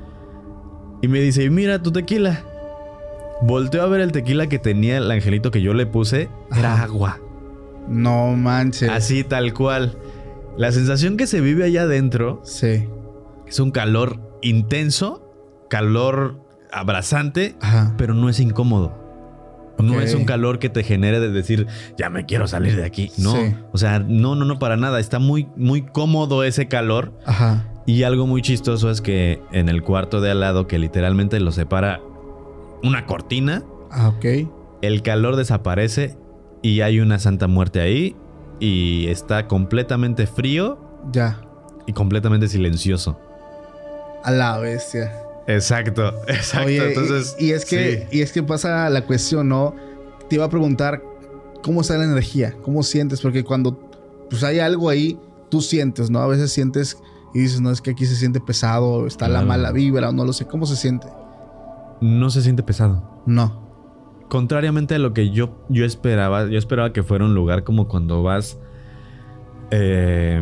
[SPEAKER 1] Y me dice, mira tu tequila. Volteo a ver el tequila que tenía el angelito que yo le puse. Ajá. Era agua.
[SPEAKER 2] No manches.
[SPEAKER 1] Así tal cual. La sensación que se vive allá adentro...
[SPEAKER 2] Sí.
[SPEAKER 1] Es un calor intenso, calor abrasante,
[SPEAKER 2] ajá.
[SPEAKER 1] pero no es incómodo. Okay. No es un calor que te genere de decir, ya me quiero salir de aquí. No, sí. O sea, no, no, no para nada. Está muy, muy cómodo ese calor.
[SPEAKER 2] Ajá.
[SPEAKER 1] Y algo muy chistoso es que en el cuarto de al lado, que literalmente lo separa una cortina,
[SPEAKER 2] ah, ok.
[SPEAKER 1] El calor desaparece y hay una Santa Muerte ahí y está completamente frío.
[SPEAKER 2] Ya.
[SPEAKER 1] Y completamente silencioso.
[SPEAKER 2] A la bestia.
[SPEAKER 1] Exacto, exacto.
[SPEAKER 2] Oye,
[SPEAKER 1] Entonces,
[SPEAKER 2] y, y es que sí. y es que pasa la cuestión, ¿no? Te iba a preguntar cómo está la energía, cómo sientes, porque cuando pues hay algo ahí, tú sientes, ¿no? A veces sientes y dices, no, es que aquí se siente pesado, está claro. La mala vibra, o no lo sé. ¿Cómo se siente?
[SPEAKER 1] No se siente pesado.
[SPEAKER 2] No.
[SPEAKER 1] Contrariamente a lo que yo, yo esperaba, yo esperaba que fuera un lugar como cuando vas. Eh.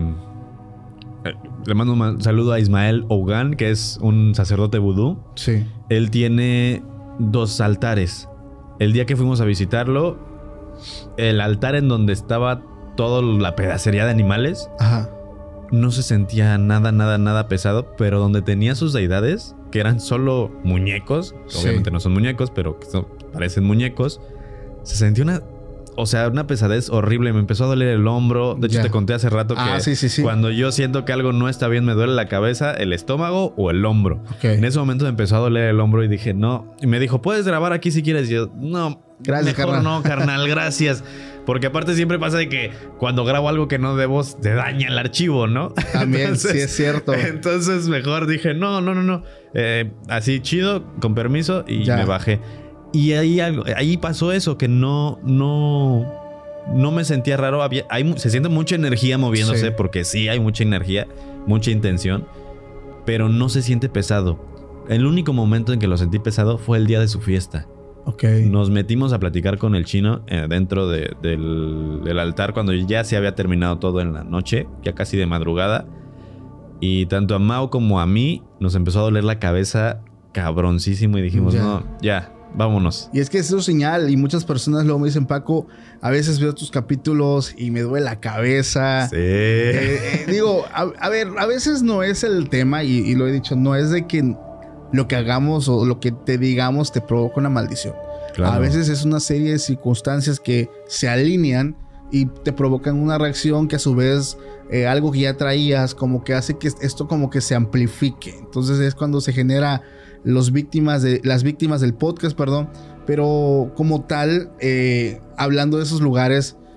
[SPEAKER 1] Le mando un saludo a Ismael Ougan, que es un sacerdote vudú.
[SPEAKER 2] Sí.
[SPEAKER 1] Él tiene dos altares. El día que fuimos a visitarlo, el altar en donde estaba toda la pedacería de animales,
[SPEAKER 2] ajá.
[SPEAKER 1] No se sentía nada, nada, nada pesado, pero donde tenía sus deidades, que eran solo muñecos, sí. Obviamente no son muñecos, pero que son, parecen muñecos, se sentía una... O sea, una pesadez horrible. Me empezó a doler el hombro. De hecho, ya. Te conté hace rato que
[SPEAKER 2] ah, sí, sí, sí.
[SPEAKER 1] cuando yo siento que algo no está bien, me duele la cabeza, el estómago o el hombro.
[SPEAKER 2] Okay.
[SPEAKER 1] En ese momento me empezó a doler el hombro y dije, no. Y me dijo, ¿puedes grabar aquí si quieres? Y yo, no,
[SPEAKER 2] gracias,
[SPEAKER 1] mejor
[SPEAKER 2] carnal.
[SPEAKER 1] no, carnal, gracias. Porque aparte siempre pasa de que cuando grabo algo que no debo, te daña el archivo, ¿no?
[SPEAKER 2] También, entonces, sí es cierto.
[SPEAKER 1] Entonces mejor dije, no, no, no, no. Eh, así chido, con permiso, y ya. Me bajé. Y ahí, ahí pasó eso, que no, no, no me sentía raro. Había, hay, se siente mucha energía moviéndose, sí. Porque sí hay mucha energía, mucha intención, pero no se siente pesado. El único momento en que lo sentí pesado fue el día de su fiesta.
[SPEAKER 2] Okay.
[SPEAKER 1] Nos metimos a platicar con el chino eh, dentro de, del, del altar cuando ya se había terminado todo en la noche, ya casi de madrugada. Y tanto a Mao como a mí nos empezó a doler la cabeza cabroncísimo y dijimos, ya. no, ya, vámonos.
[SPEAKER 2] Y es que eso es señal y muchas personas luego me dicen, Paco, a veces veo tus capítulos y me duele la cabeza.
[SPEAKER 1] Sí.
[SPEAKER 2] Eh, eh, digo, a, a ver, a veces no es el tema y, y lo he dicho, no es de que lo que hagamos o lo que te digamos te provoca una maldición. Claro. A veces es una serie de circunstancias que se alinean y te provocan una reacción que a su vez eh, algo que ya traías como que hace que esto como que se amplifique. Entonces es cuando se genera los víctimas de, las víctimas del podcast, perdón. Pero como tal, eh, hablando de esos lugares,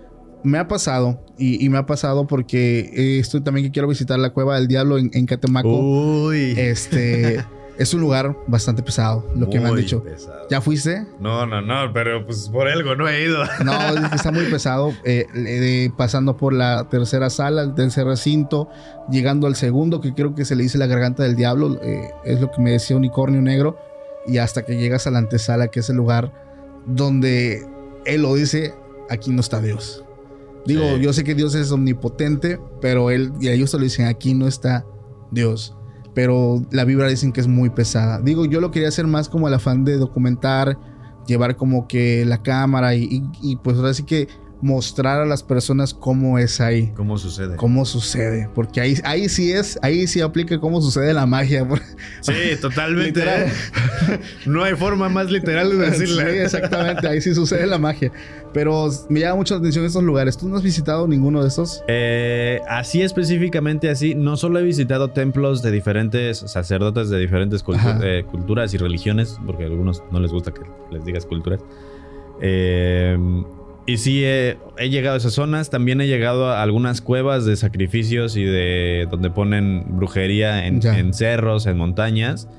[SPEAKER 2] me ha pasado. Y, y me ha pasado porque eh, estoy también que quiero visitar la Cueva del Diablo en, en Catemaco.
[SPEAKER 1] Uy.
[SPEAKER 2] Este... Es un lugar bastante pesado, lo muy que me han dicho.
[SPEAKER 1] Pesado.
[SPEAKER 2] ¿Ya fuiste?
[SPEAKER 1] No, no, no, pero pues por algo no he ido.
[SPEAKER 2] No, está muy pesado. Eh, eh, pasando por la tercera sala, el tercer recinto, llegando al segundo, que creo que se le dice la garganta del diablo, eh, es lo que me decía Unicornio Negro, y hasta que llegas a la antesala, que es el lugar donde él lo dice, aquí no está Dios. Digo, sí. Yo sé que Dios es omnipotente, pero él, y ellos te lo dicen, aquí no está Dios. Pero la vibra dicen que es muy pesada. Digo, yo lo quería hacer más como el afán de documentar, llevar como que la cámara y, y, y pues ahora sí que mostrar a las personas cómo es ahí.
[SPEAKER 1] Cómo sucede.
[SPEAKER 2] Cómo sucede. Porque ahí, ahí sí es, ahí sí aplica cómo sucede la magia.
[SPEAKER 1] Sí, totalmente. ¿eh? No hay forma más literal de decirle.
[SPEAKER 2] Sí, exactamente. Ahí sí sucede la magia. Pero me llama mucho la atención estos lugares. ¿Tú no has visitado ninguno de estos?
[SPEAKER 1] Eh, así específicamente, así. No solo he visitado templos de diferentes sacerdotes de diferentes cultu- eh, culturas y religiones, porque a algunos no les gusta que les digas culturas. Eh... Y sí, he, he llegado a esas zonas. También he llegado a algunas cuevas de sacrificios y de donde ponen brujería en, en cerros, en montañas.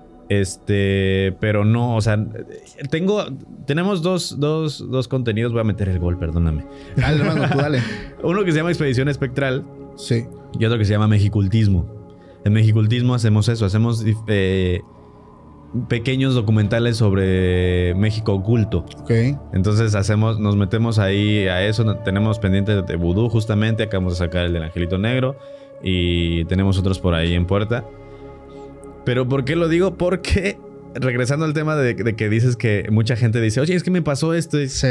[SPEAKER 1] Este, pero no, o sea, tengo, tenemos dos, dos, dos contenidos. Voy a meter el gol, perdóname.
[SPEAKER 2] Dale, hermano, tú dale.
[SPEAKER 1] Uno que se llama Expedición Espectral.
[SPEAKER 2] Sí.
[SPEAKER 1] Y otro que se llama Mexicultismo. En Mexicultismo hacemos eso, hacemos eh, pequeños documentales sobre México oculto.
[SPEAKER 2] Ok.
[SPEAKER 1] Entonces hacemos, nos metemos ahí a eso. Tenemos pendiente de vudú justamente. Acabamos de sacar el del Angelito Negro. Y tenemos otros por ahí en puerta. Pero ¿por qué lo digo? Porque regresando al tema de, de que dices que mucha gente dice, oye, es que me pasó esto.
[SPEAKER 2] Sí.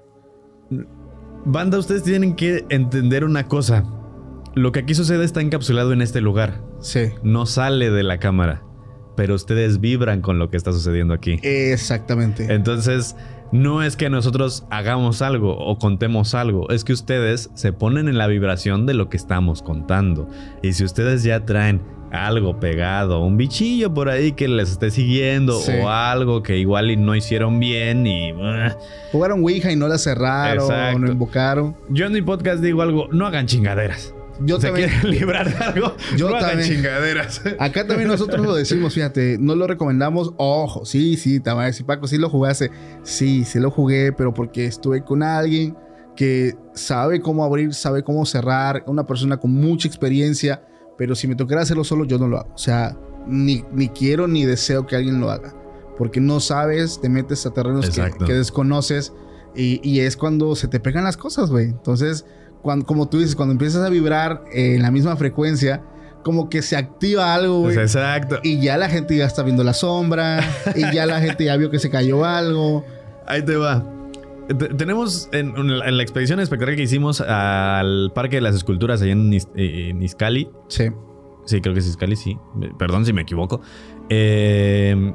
[SPEAKER 1] Banda, ustedes tienen que entender una cosa. Lo que aquí sucede está encapsulado en este lugar.
[SPEAKER 2] Sí.
[SPEAKER 1] No sale de la cámara. Pero ustedes vibran con lo que está sucediendo aquí.
[SPEAKER 2] Exactamente.
[SPEAKER 1] Entonces, no es que nosotros hagamos algo o contemos algo. Es que ustedes se ponen en la vibración de lo que estamos contando. Y si ustedes ya traen algo pegado, un bichillo por ahí que les esté siguiendo, sí, o algo que igual y no hicieron bien y... Uh,
[SPEAKER 2] jugaron Ouija y no la cerraron, exacto, no invocaron.
[SPEAKER 1] Yo en mi podcast digo algo, no hagan chingaderas.
[SPEAKER 2] Yo
[SPEAKER 1] ¿Se
[SPEAKER 2] también
[SPEAKER 1] quieren librar de algo?
[SPEAKER 2] Yo
[SPEAKER 1] no
[SPEAKER 2] también.
[SPEAKER 1] hagan chingaderas.
[SPEAKER 2] Acá también nosotros lo decimos, fíjate, no lo recomendamos. Ojo, sí, sí, te voy a decir, Paco, sí lo jugaste. Sí, sí lo jugué, pero porque estuve con alguien que sabe cómo abrir, sabe cómo cerrar, una persona con mucha experiencia, pero si me tocara hacerlo solo, yo no lo hago. O sea, ni, ni quiero ni deseo que alguien lo haga, porque no sabes, te metes a terrenos que, que desconoces y, y es cuando se te pegan las cosas, güey. Entonces... Cuando, como tú dices, cuando empiezas a vibrar en la misma frecuencia, como que se activa algo, güey.
[SPEAKER 1] Exacto.
[SPEAKER 2] Y ya la gente ya está viendo la sombra. Y ya la gente ya vio que se cayó algo.
[SPEAKER 1] Ahí te va. T- tenemos en, en la expedición espectral que hicimos al Parque de las Esculturas allá en, Is- en Izcalli.
[SPEAKER 2] Sí.
[SPEAKER 1] Sí, creo que es Izcalli, sí. Perdón si me equivoco. Eh,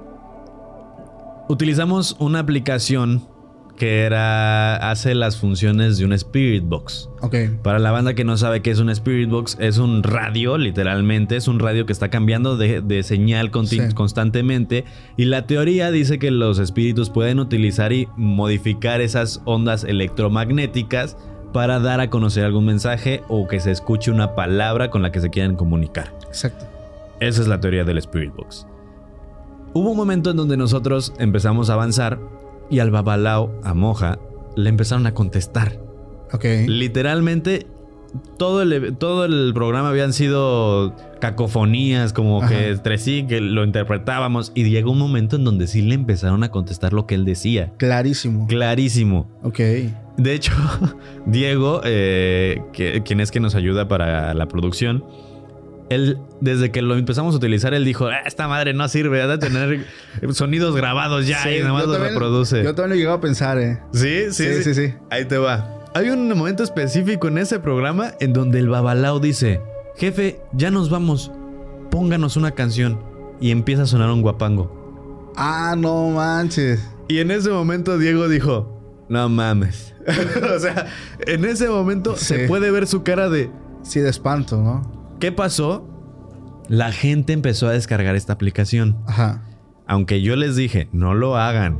[SPEAKER 1] utilizamos una aplicación que era hace las funciones de un Spirit Box.
[SPEAKER 2] Ok.
[SPEAKER 1] Para la banda que no sabe qué es un Spirit Box, es un radio, literalmente. Es un radio que está cambiando de, de señal conti- sí. constantemente. Y la teoría dice que los espíritus pueden utilizar y modificar esas ondas electromagnéticas para dar a conocer algún mensaje o que se escuche una palabra con la que se quieran comunicar.
[SPEAKER 2] Exacto.
[SPEAKER 1] Esa es la teoría del Spirit Box. Hubo un momento en donde nosotros empezamos a avanzar y al babalao, a Moja, le empezaron a contestar.
[SPEAKER 2] Ok.
[SPEAKER 1] Literalmente, todo el, todo el programa habían sido cacofonías, como Ajá. que entre sí, que lo interpretábamos. Y llegó un momento en donde sí le empezaron a contestar lo que él decía.
[SPEAKER 2] Clarísimo.
[SPEAKER 1] Clarísimo.
[SPEAKER 2] Ok.
[SPEAKER 1] De hecho, Diego, eh, que, quien es que nos ayuda para la producción, él, desde que lo empezamos a utilizar, él dijo, ah, esta madre no sirve, ha de tener sonidos grabados ya, sí, y nada más lo reproduce.
[SPEAKER 2] Yo también lo llegaba a pensar, eh.
[SPEAKER 1] ¿Sí? Sí, sí, sí, sí. Ahí te va. Hay un momento específico en ese programa en donde el babalao dice, jefe, ya nos vamos, pónganos una canción. Y empieza a sonar un guapango.
[SPEAKER 2] Ah, no manches.
[SPEAKER 1] Y en ese momento Diego dijo, no mames. O sea, en ese momento sí. se puede ver su cara de...
[SPEAKER 2] Sí, de espanto, ¿no?
[SPEAKER 1] ¿Qué pasó? La gente empezó a descargar esta aplicación.
[SPEAKER 2] Ajá.
[SPEAKER 1] Aunque yo les dije, no lo hagan.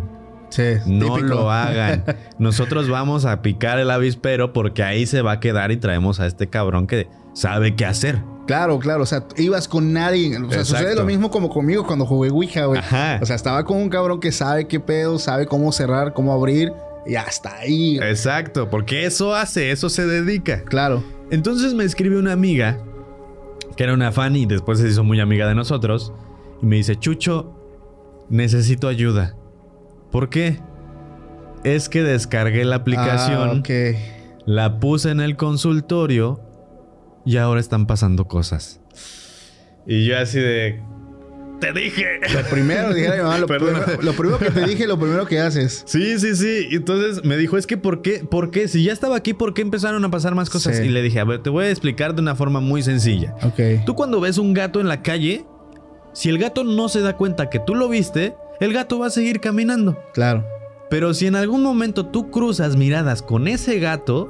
[SPEAKER 2] Sí,
[SPEAKER 1] no
[SPEAKER 2] típico.
[SPEAKER 1] lo hagan. Nosotros vamos a picar el avispero porque ahí se va a quedar y traemos a este cabrón que sabe qué hacer.
[SPEAKER 2] Claro, claro, o sea, ibas con nadie. O sea,
[SPEAKER 1] Exacto.
[SPEAKER 2] sucede lo mismo como conmigo cuando jugué Ouija, güey.
[SPEAKER 1] Ajá.
[SPEAKER 2] O sea, estaba con un cabrón que sabe qué pedo, sabe cómo cerrar, cómo abrir y hasta ahí.
[SPEAKER 1] Exacto, porque eso hace, eso se dedica.
[SPEAKER 2] Claro.
[SPEAKER 1] Entonces me escribe una amiga que era una fan y después se hizo muy amiga de nosotros y me dice, Chucho, necesito ayuda. ¿Por qué? Es que descargué la aplicación,
[SPEAKER 2] Ah, ok.
[SPEAKER 1] la puse en el consultorio y ahora están pasando cosas. Y yo así de... ¡Te dije!
[SPEAKER 2] Lo primero, dije a mi mamá, lo,
[SPEAKER 1] Perdón.
[SPEAKER 2] primero, lo primero que te dije, lo primero que haces.
[SPEAKER 1] Sí, sí, sí. Y entonces me dijo, es que ¿por qué? ¿Por qué? Si ya estaba aquí, ¿por qué empezaron a pasar más cosas?
[SPEAKER 2] Sí.
[SPEAKER 1] Y le dije, a ver, te voy a explicar de una forma muy sencilla.
[SPEAKER 2] Ok.
[SPEAKER 1] Tú cuando ves un gato en la calle, si el gato no se da cuenta que tú lo viste, el gato va a seguir caminando.
[SPEAKER 2] Claro.
[SPEAKER 1] Pero si en algún momento tú cruzas miradas con ese gato,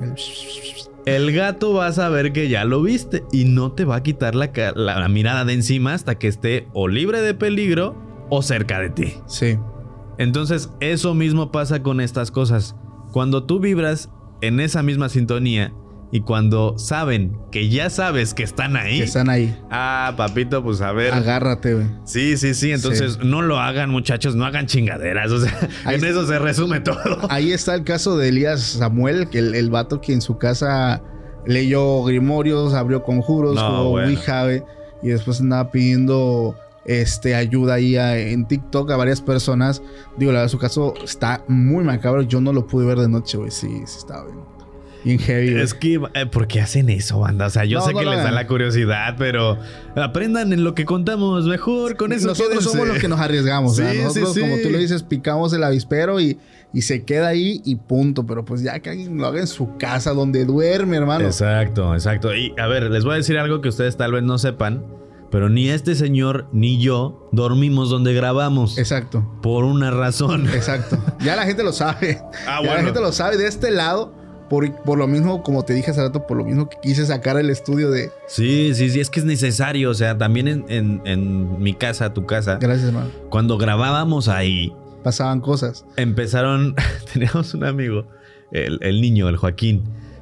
[SPEAKER 1] el gato va a saber que ya lo viste y no te va a quitar la, ca- la, la mirada de encima hasta que esté o libre de peligro o cerca de ti.
[SPEAKER 2] Sí.
[SPEAKER 1] Entonces, eso mismo pasa con estas cosas. Cuando tú vibras en esa misma sintonía y cuando saben que ya sabes que están ahí.
[SPEAKER 2] Que están ahí.
[SPEAKER 1] Ah, papito, pues a ver.
[SPEAKER 2] Agárrate, güey.
[SPEAKER 1] Sí, sí, sí. Entonces,
[SPEAKER 2] Sí.
[SPEAKER 1] no lo hagan, muchachos. No hagan chingaderas. O sea,
[SPEAKER 2] Ahí
[SPEAKER 1] en
[SPEAKER 2] está.
[SPEAKER 1] eso se resume todo.
[SPEAKER 2] Ahí está el caso de Elías Samuel, que el, el vato que en su casa leyó grimorios, abrió conjuros,
[SPEAKER 1] No,
[SPEAKER 2] jugó
[SPEAKER 1] bueno.
[SPEAKER 2] Ouija, güey, y después andaba pidiendo este, ayuda ahí a- en TikTok a varias personas. Digo, la verdad, su caso está muy macabro. Yo no lo pude ver de noche, güey. Sí, sí estaba bien. Bien heavy, güey.
[SPEAKER 1] Es que, eh, ¿por qué hacen eso, banda? O sea, yo
[SPEAKER 2] No,
[SPEAKER 1] sé
[SPEAKER 2] no
[SPEAKER 1] que
[SPEAKER 2] lo
[SPEAKER 1] les da
[SPEAKER 2] hagan.
[SPEAKER 1] la curiosidad, pero aprendan en lo que contamos mejor. Con eso
[SPEAKER 2] Nosotros
[SPEAKER 1] quédense.
[SPEAKER 2] somos los que nos arriesgamos.
[SPEAKER 1] Sí,
[SPEAKER 2] ¿verdad? Nosotros,
[SPEAKER 1] sí, sí.
[SPEAKER 2] como tú lo dices, picamos el avispero y, y se queda ahí y punto. Pero pues ya que alguien lo haga en su casa, donde duerme, hermano.
[SPEAKER 1] Exacto, exacto. Y a ver, les voy a decir algo que ustedes tal vez no sepan, pero ni este señor ni yo dormimos donde grabamos.
[SPEAKER 2] Exacto.
[SPEAKER 1] Por una razón.
[SPEAKER 2] Exacto. Ya la gente lo sabe.
[SPEAKER 1] Ah,
[SPEAKER 2] ya
[SPEAKER 1] bueno.
[SPEAKER 2] la gente lo sabe de este lado. Por, por lo mismo, como te dije hace rato, por lo mismo que quise sacar el estudio de...
[SPEAKER 1] Sí, sí, sí, es que es necesario. O sea, también en, en, en mi casa, tu casa,
[SPEAKER 2] Gracias, hermano.
[SPEAKER 1] cuando grabábamos ahí,
[SPEAKER 2] Pasaban cosas.
[SPEAKER 1] empezaron. Teníamos un amigo, el, el niño, el Joaquín.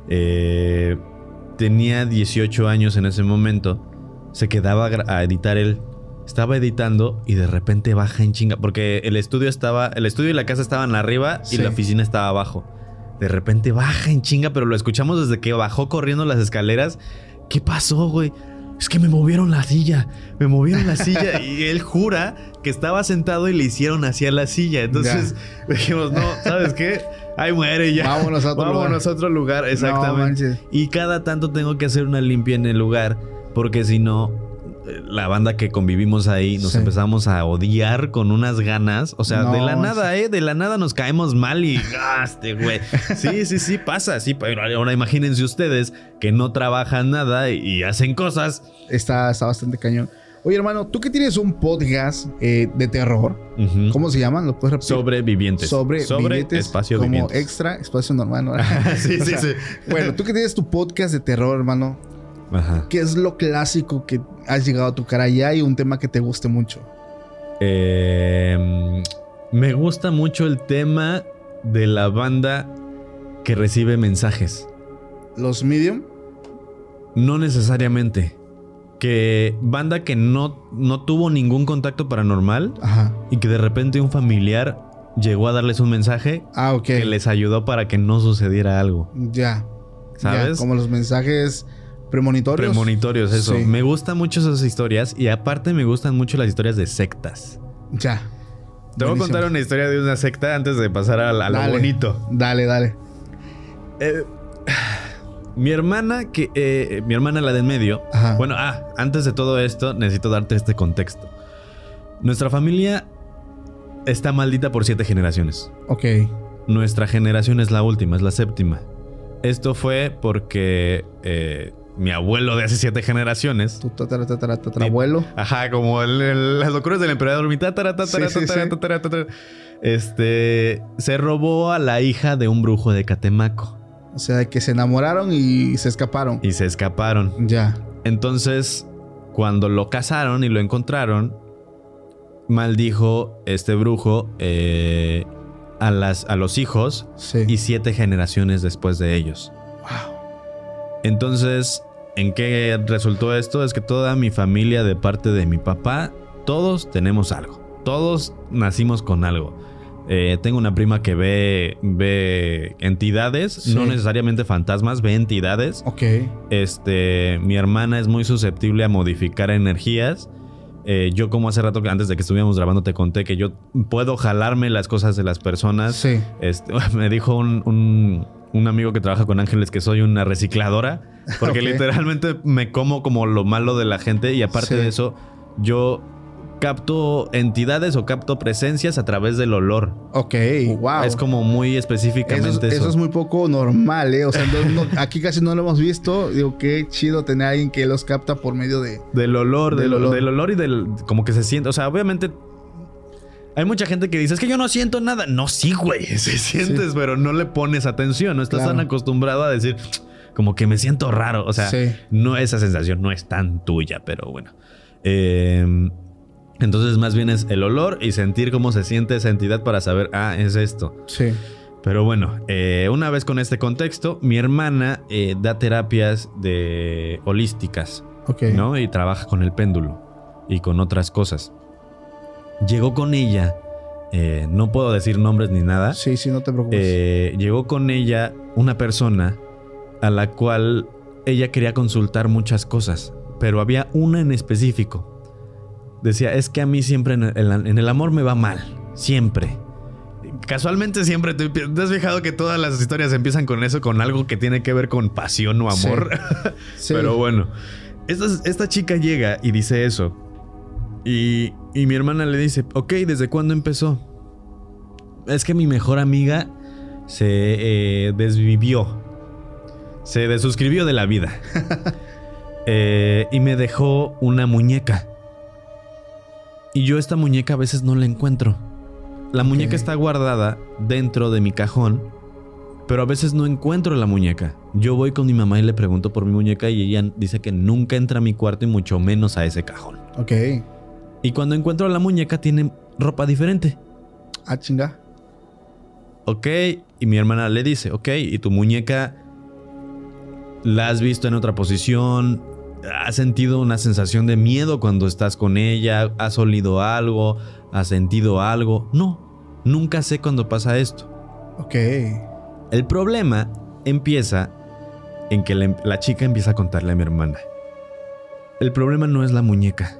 [SPEAKER 1] eh, tenía dieciocho años en ese momento. Se quedaba a, gra- a editar él. Estaba editando y de repente baja en chinga. Porque el estudio estaba. El estudio y la casa estaban arriba y
[SPEAKER 2] Sí.
[SPEAKER 1] la oficina estaba abajo. De repente baja en chinga, pero lo escuchamos desde que bajó corriendo las escaleras. ¿Qué pasó, güey? Es que me movieron la silla. Me movieron la silla. Y él jura que estaba sentado y le hicieron así a la silla. Entonces dijimos, no, ¿sabes qué? Ahí muere ya.
[SPEAKER 2] Vámonos a otro
[SPEAKER 1] Vámonos
[SPEAKER 2] lugar.
[SPEAKER 1] a otro lugar. Exactamente.
[SPEAKER 2] No manches.
[SPEAKER 1] Y cada tanto tengo que hacer una limpia en el lugar. Porque si no, eh, la banda que convivimos ahí nos
[SPEAKER 2] Sí.
[SPEAKER 1] empezamos a odiar con unas ganas. O sea,
[SPEAKER 2] No,
[SPEAKER 1] de la
[SPEAKER 2] sí.
[SPEAKER 1] nada, ¿eh? De la nada nos caemos mal y gaste, güey. Sí, sí, sí, pasa. Sí, pero ahora imagínense ustedes que no trabajan nada y, y hacen cosas.
[SPEAKER 2] Está, está bastante cañón. Oye, hermano, tú que tienes un podcast eh, de terror.
[SPEAKER 1] Ujú.
[SPEAKER 2] ¿Cómo se llama? ¿Lo puedes repetir?
[SPEAKER 1] Sobrevivientes.
[SPEAKER 2] Sobre,
[SPEAKER 1] Sobre
[SPEAKER 2] vivientes,
[SPEAKER 1] espacio
[SPEAKER 2] como
[SPEAKER 1] vivientes.
[SPEAKER 2] extra, espacio normal, ¿no?
[SPEAKER 1] Sí,
[SPEAKER 2] O
[SPEAKER 1] sí,
[SPEAKER 2] sea,
[SPEAKER 1] sí.
[SPEAKER 2] Bueno, tú que tienes tu podcast de terror, hermano,
[SPEAKER 1] Ajá.
[SPEAKER 2] ¿qué es lo clásico que has llegado a tocar allá y un tema que te guste mucho?
[SPEAKER 1] Eh, me gusta mucho el tema de la banda que recibe mensajes.
[SPEAKER 2] ¿Los medium?
[SPEAKER 1] No necesariamente. Que banda que no, no tuvo ningún contacto paranormal
[SPEAKER 2] Ajá.
[SPEAKER 1] y que de repente un familiar llegó a darles un mensaje
[SPEAKER 2] Ah, ok.
[SPEAKER 1] que les ayudó para que no sucediera algo.
[SPEAKER 2] Ya.
[SPEAKER 1] ¿Sabes?
[SPEAKER 2] Ya, como los mensajes premonitorios.
[SPEAKER 1] Premonitorios, eso.
[SPEAKER 2] Sí.
[SPEAKER 1] Me gustan mucho esas historias y aparte me gustan mucho las historias de sectas.
[SPEAKER 2] Ya.
[SPEAKER 1] Te voy a
[SPEAKER 2] Buenísimo.
[SPEAKER 1] contar una historia de una secta antes de pasar a, a lo
[SPEAKER 2] Dale.
[SPEAKER 1] bonito.
[SPEAKER 2] Dale, dale.
[SPEAKER 1] Eh, mi hermana, que eh, mi hermana la de en medio.
[SPEAKER 2] Ajá.
[SPEAKER 1] Bueno, ah, antes de todo esto, necesito darte este contexto. Nuestra familia está maldita por siete generaciones.
[SPEAKER 2] Ok.
[SPEAKER 1] Nuestra generación es la última, es la séptima. Esto fue porque eh, mi abuelo de hace siete generaciones.
[SPEAKER 2] Tu tatara, tatara, tatarabuelo.
[SPEAKER 1] Ajá, como el, el- las locuras del emperador. Mi tatara, tatara,
[SPEAKER 2] Sí, sí,
[SPEAKER 1] tatara,
[SPEAKER 2] sí.
[SPEAKER 1] tatara, tatara. Este se robó a la hija de un brujo de Catemaco
[SPEAKER 2] O sea, de que se enamoraron y se escaparon.
[SPEAKER 1] y se escaparon.
[SPEAKER 2] Ya.
[SPEAKER 1] Entonces, cuando lo cazaron y lo encontraron, maldijo este brujo eh, a, las, a los hijos
[SPEAKER 2] sí.
[SPEAKER 1] y siete generaciones después de ellos.
[SPEAKER 2] Wow.
[SPEAKER 1] Entonces, ¿en qué resultó esto? Es que toda mi familia de parte de mi papá, todos tenemos algo. Todos nacimos con algo. Eh, tengo una prima que ve, ve entidades, sí. no necesariamente fantasmas, ve entidades.
[SPEAKER 2] Ok.
[SPEAKER 1] Este, mi hermana es muy susceptible a modificar energías. Eh, yo, como hace rato que antes de que estuviéramos grabando te conté que yo puedo jalarme las cosas de las personas.
[SPEAKER 2] Sí.
[SPEAKER 1] Este, me dijo un, un, un amigo que trabaja con ángeles que soy una recicladora. Porque okay. literalmente me como como lo malo de la gente. Y aparte sí. de eso, yo capto entidades o capto presencias a través del olor.
[SPEAKER 2] Ok, wow.
[SPEAKER 1] Es como muy específicamente
[SPEAKER 2] eso.
[SPEAKER 1] Eso,
[SPEAKER 2] eso es muy poco normal, ¿eh? O sea, no, no, aquí casi no lo hemos visto. Digo, qué chido tener a alguien que los capta por medio de...
[SPEAKER 1] Del olor, del,
[SPEAKER 2] del olor.
[SPEAKER 1] Del olor y del... Como que se siente... O sea, obviamente... Hay mucha gente que dice, es que yo no siento nada. No, sí, güey. Sí sientes, sí. pero no le pones atención. No estás claro. tan acostumbrado a decir... Como que me siento raro. O sea, sí. no, esa sensación no es tan tuya, pero bueno. Eh... Entonces más bien es el olor y sentir cómo se siente esa entidad para saber, ah, es esto.
[SPEAKER 2] Sí.
[SPEAKER 1] Pero bueno, eh, una vez con este contexto, mi hermana eh, da terapias de holísticas,
[SPEAKER 2] ok,
[SPEAKER 1] ¿no? Y trabaja con el péndulo y con otras cosas. Llegó con ella, eh, no puedo decir nombres ni nada.
[SPEAKER 2] Sí, sí, no te preocupes.
[SPEAKER 1] Eh, llegó con ella una persona a la cual ella quería consultar muchas cosas, pero había una en específico. Decía, es que a mí siempre en el, en el amor me va mal. Siempre. Casualmente siempre te, te has fijado que todas las historias empiezan con eso, con algo que tiene que ver con pasión o amor. Sí. Sí. Pero bueno, esta, esta chica llega y dice eso. Y, y mi hermana le dice, ok, ¿desde cuándo empezó? Es que mi mejor amiga se eh, desvivió. Se desuscribió de la vida. eh, y me dejó una muñeca. Y yo esta muñeca a veces no la encuentro. La muñeca okay. está guardada dentro de mi cajón, pero a veces no encuentro la muñeca. Yo voy con mi mamá y le pregunto por mi muñeca y ella dice que nunca entra a mi cuarto y mucho menos a ese cajón.
[SPEAKER 2] Ok.
[SPEAKER 1] Y cuando encuentro la muñeca tiene ropa diferente.
[SPEAKER 2] Ah, chinga.
[SPEAKER 1] Ok. Y mi hermana le dice, ok, ¿y tu muñeca la has visto en otra posición? ¿Has sentido una sensación de miedo cuando estás con ella? ¿Has olido algo? ¿Has sentido algo? No, nunca sé cuándo pasa esto.
[SPEAKER 2] Ok.
[SPEAKER 1] El problema empieza en que la, la chica empieza a contarle a mi hermana. El problema no es la muñeca.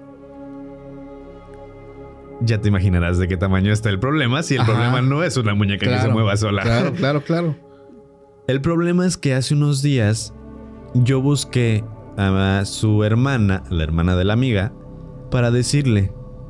[SPEAKER 1] Ya te imaginarás de qué tamaño está el problema si el Ajá. problema no es una muñeca claro, que se mueva sola.
[SPEAKER 2] Claro, claro, claro.
[SPEAKER 1] El problema es que hace unos días yo busqué a su hermana, la hermana de la amiga, para decirle,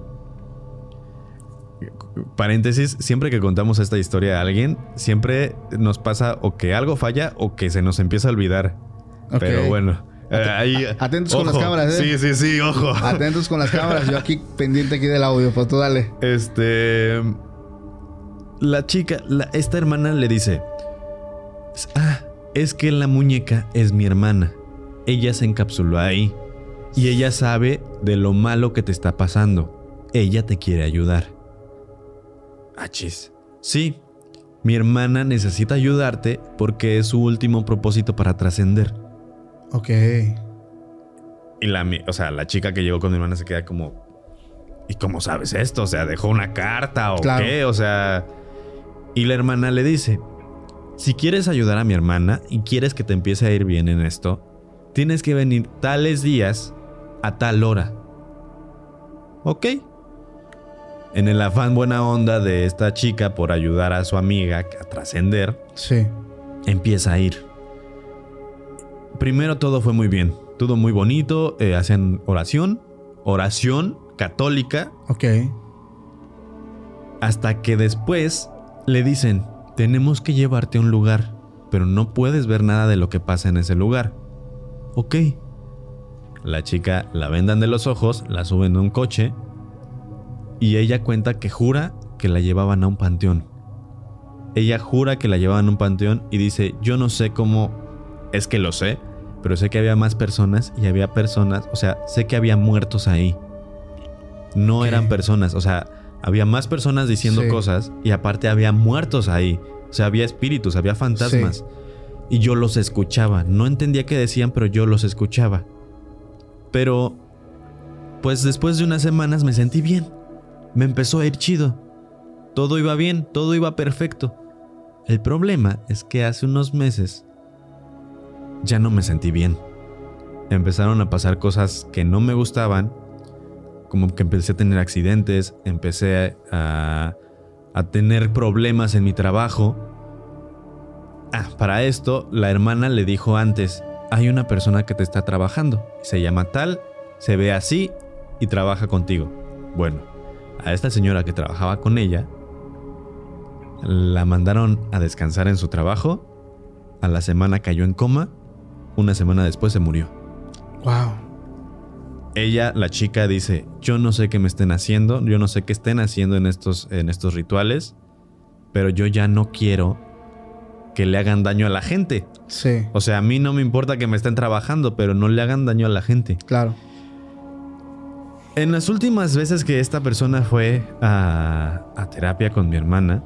[SPEAKER 1] paréntesis, siempre que contamos esta historia a alguien, siempre nos pasa o que algo falla o que se nos empieza a olvidar. Okay. Pero bueno,
[SPEAKER 2] At- ahí, atentos ojo. Con las cámaras,
[SPEAKER 1] ¿eh? Sí, sí, sí, ojo.
[SPEAKER 2] Atentos con las cámaras, yo aquí pendiente aquí del audio, pues tú dale.
[SPEAKER 1] Este, la chica, la, esta hermana le dice, ah, es que la muñeca es mi hermana. Ella se encapsuló ahí y ella sabe de lo malo que te está pasando. Ella te quiere ayudar. Achis. Sí, mi hermana necesita ayudarte porque es su último propósito para trascender.
[SPEAKER 2] Ok.
[SPEAKER 1] Y la, o sea, la chica que llegó con mi hermana se queda como, ¿y cómo sabes esto? O sea, ¿dejó una carta o claro. qué? O sea, y la hermana le dice, si quieres ayudar a mi hermana y quieres que te empiece a ir bien en esto, tienes que venir tales días a tal hora. Ok. En el afán buena onda de esta chica por ayudar a su amiga a trascender,
[SPEAKER 2] sí.
[SPEAKER 1] empieza a ir. Primero todo fue muy bien. Todo muy bonito. Eh, hacen oración. Oración católica.
[SPEAKER 2] Ok.
[SPEAKER 1] Hasta que después le dicen, tenemos que llevarte a un lugar, pero no puedes ver nada de lo que pasa en ese lugar. Ok. La chica la vendan de los ojos, la suben a un coche y ella cuenta que jura que la llevaban a un panteón. Ella jura que la llevaban a un panteón y dice, yo no sé cómo, es que lo sé, pero sé que había más personas y había personas, o sea, sé que había muertos ahí. No okay. eran personas, o sea, Había más personas diciendo
[SPEAKER 2] Sí.
[SPEAKER 1] cosas y aparte había muertos ahí. O sea, había espíritus, había fantasmas.
[SPEAKER 2] Sí.
[SPEAKER 1] Y yo los escuchaba. No entendía qué decían, pero yo los escuchaba. Pero, pues después de unas semanas me sentí bien. Me empezó a ir chido. Todo iba bien, todo iba perfecto. El problema es que hace unos meses ya no me sentí bien. Empezaron a pasar cosas que no me gustaban. Como que empecé a tener accidentes, empecé a, a tener problemas en mi trabajo. Ah, para esto, la hermana le dijo antes, hay una persona que te está trabajando. Se llama tal, se ve así y trabaja contigo. Bueno, a esta señora que trabajaba con ella, la mandaron a descansar en su trabajo. A la semana cayó en coma. Una semana después se murió.
[SPEAKER 2] Wow.
[SPEAKER 1] Ella, la chica, dice, yo no sé qué me estén haciendo, yo no sé qué estén haciendo en estos, en estos rituales, pero yo ya no quiero que le hagan daño a la gente.
[SPEAKER 2] Sí.
[SPEAKER 1] O sea, a mí no me importa que me estén trabajando, pero no le hagan daño a la gente.
[SPEAKER 2] Claro.
[SPEAKER 1] En las últimas veces que esta persona fue a, a terapia con mi hermana,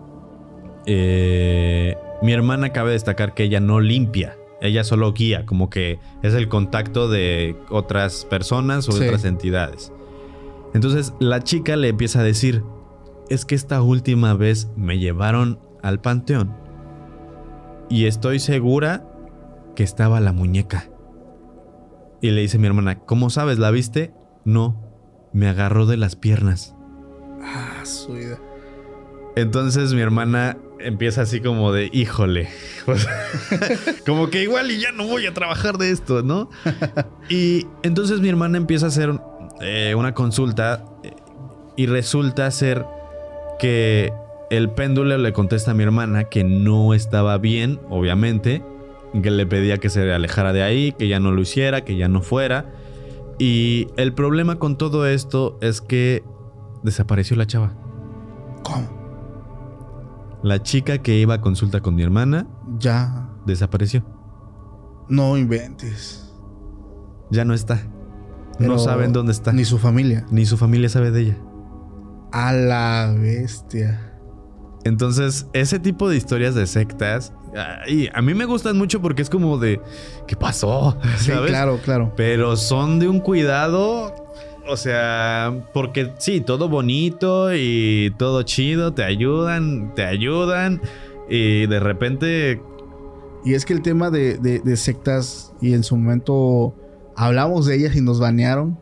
[SPEAKER 1] eh, mi hermana cabe destacar que ella no limpia. Ella solo guía, como que es el contacto de otras personas o de
[SPEAKER 2] Sí.
[SPEAKER 1] otras entidades. Entonces la chica le empieza a decir, es que esta última vez me llevaron al panteón y estoy segura que estaba la muñeca. Y le dice mi hermana, ¿cómo sabes? ¿La viste? No, me agarró de las piernas.
[SPEAKER 2] Ah, su vida.
[SPEAKER 1] Entonces mi hermana empieza así como de, híjole, pues, como que igual y ya no voy a trabajar de esto, ¿no? Y entonces mi hermana empieza a hacer eh, una consulta eh, y resulta ser que el péndulo le contesta a mi hermana que no estaba bien, obviamente, que le pedía que se alejara de ahí, que ya no lo hiciera, que ya no fuera. Y el problema con todo esto es que desapareció la chava.
[SPEAKER 2] ¿Cómo?
[SPEAKER 1] La chica que iba a consulta con mi hermana
[SPEAKER 2] Ya.
[SPEAKER 1] desapareció.
[SPEAKER 2] No inventes.
[SPEAKER 1] Ya no está.
[SPEAKER 2] Pero
[SPEAKER 1] No saben dónde está.
[SPEAKER 2] Ni su familia.
[SPEAKER 1] Ni su familia sabe de ella.
[SPEAKER 2] A la bestia.
[SPEAKER 1] Entonces, ese tipo de historias de sectas, ay, a mí me gustan mucho porque es como de, ¿qué pasó?
[SPEAKER 2] Sí,
[SPEAKER 1] ¿Sabes?
[SPEAKER 2] claro, claro.
[SPEAKER 1] Pero son de un cuidado, o sea, porque sí, todo bonito y todo chido, te ayudan, te ayudan y de repente...
[SPEAKER 2] Y es que el tema de, de, de sectas, y en su momento hablamos de ellas y nos banearon.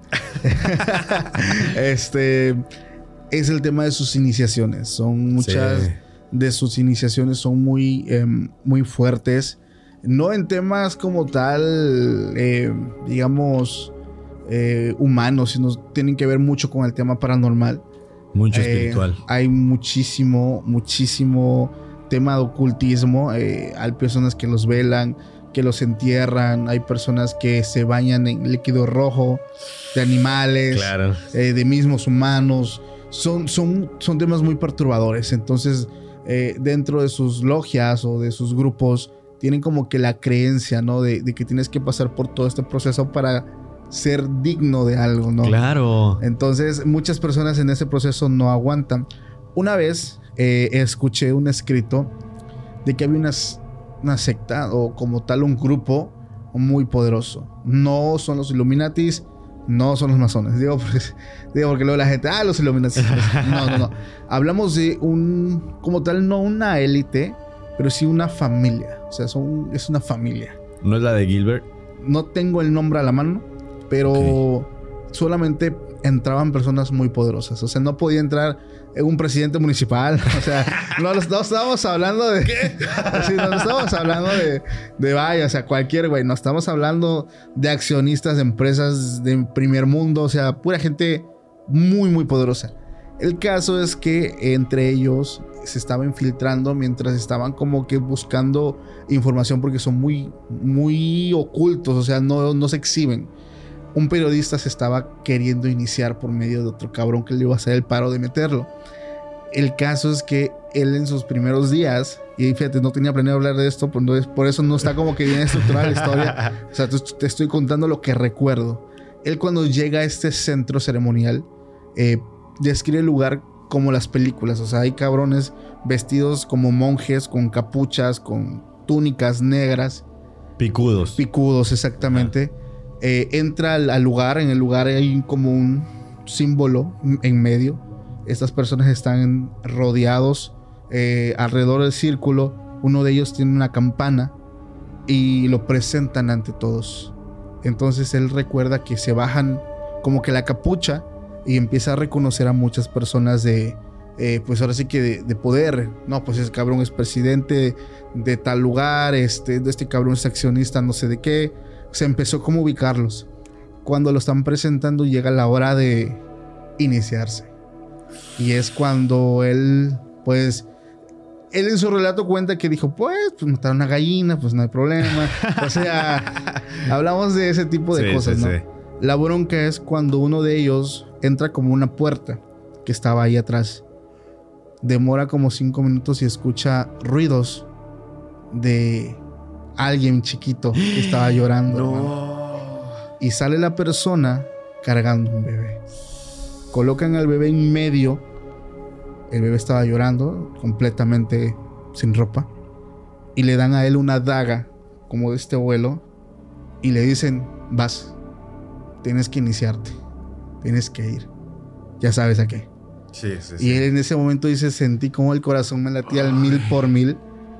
[SPEAKER 2] este es el tema de sus iniciaciones. Son muchas
[SPEAKER 1] Sí.
[SPEAKER 2] de sus iniciaciones son muy, eh, muy fuertes. No en temas como tal, eh, digamos, eh, humanos, sino tienen que ver mucho con el tema paranormal.
[SPEAKER 1] Mucho
[SPEAKER 2] Eh,
[SPEAKER 1] espiritual.
[SPEAKER 2] Hay muchísimo, muchísimo tema de ocultismo. Eh, hay personas que los velan, que los entierran. Hay personas que se bañan en líquido rojo de animales,
[SPEAKER 1] Claro.
[SPEAKER 2] eh, de mismos humanos. Son, son, son temas muy perturbadores. Entonces, eh, dentro de sus logias o de sus grupos, tienen como que la creencia, ¿no? De, de que tienes que pasar por todo este proceso para ser digno de algo, ¿no?
[SPEAKER 1] Claro.
[SPEAKER 2] Entonces, muchas personas en ese proceso no aguantan. Una vez eh, escuché un escrito de que había unas, una secta o como tal un grupo muy poderoso. No son los Illuminatis, no son los masones. Digo porque, digo porque luego la gente, ah, los Illuminatis. No, no, no. Hablamos de un, como tal, no una élite, pero sí una familia. O sea, son, es una familia.
[SPEAKER 1] ¿No es la de Gilbert?
[SPEAKER 2] No tengo el nombre a la mano, pero
[SPEAKER 1] Ok.
[SPEAKER 2] solamente entraban personas muy poderosas. O sea, no podía entrar un presidente municipal. O sea, no, no estábamos hablando de... ¿Qué? Sí, no, no estábamos hablando de, de vaya, o sea, cualquier güey. No estamos hablando de accionistas de empresas de primer mundo. O sea, pura gente muy, muy poderosa. El caso es que entre ellos se estaba infiltrando mientras estaban como que buscando información porque son muy, muy ocultos. O sea, no, no se exhiben. Un periodista se estaba queriendo iniciar por medio de otro cabrón que le iba a hacer el paro de meterlo. El caso es que él en sus primeros días, y fíjate, no tenía planeado hablar de esto, pues por eso no está como que bien estructurada la historia. O sea, te estoy contando lo que recuerdo. Él cuando llega a este centro ceremonial, eh, describe el lugar como las películas. O sea, hay cabrones vestidos como monjes, con capuchas, con túnicas negras.
[SPEAKER 1] Picudos.
[SPEAKER 2] Picudos, exactamente. Eh, entra al, al lugar. En el lugar hay como un símbolo en medio. Estas personas están rodeados eh, alrededor del círculo. Uno de ellos tiene una campana y lo presentan ante todos. Entonces él recuerda que se bajan como que la capucha y empieza a reconocer a muchas personas de, eh, pues ahora sí que de, de poder. No, pues ese cabrón es presidente de, de tal lugar, este, este cabrón es accionista no sé de qué. Se empezó como a ubicarlos. Cuando lo están presentando llega la hora de iniciarse. Y es cuando él, pues, él en su relato cuenta que dijo, pues, pues mataron una gallina, pues no hay problema. O sea, hablamos de ese tipo de sí, cosas, sí, ¿no? Sí. La bronca es cuando uno de ellos entra como una puerta que estaba ahí atrás. Demora como cinco minutos y escucha ruidos de alguien chiquito que estaba llorando. No. Hermano. Y sale la persona cargando un bebé. Colocan al bebé en medio. El bebé estaba llorando, completamente sin ropa. Y le dan a él una daga, como de este vuelo. Y le dicen, vas, tienes que iniciarte. Tienes que ir. Ya sabes a qué.
[SPEAKER 1] Sí, sí,
[SPEAKER 2] sí. Y él en ese momento dice, sentí como el corazón me latía al mil por mil.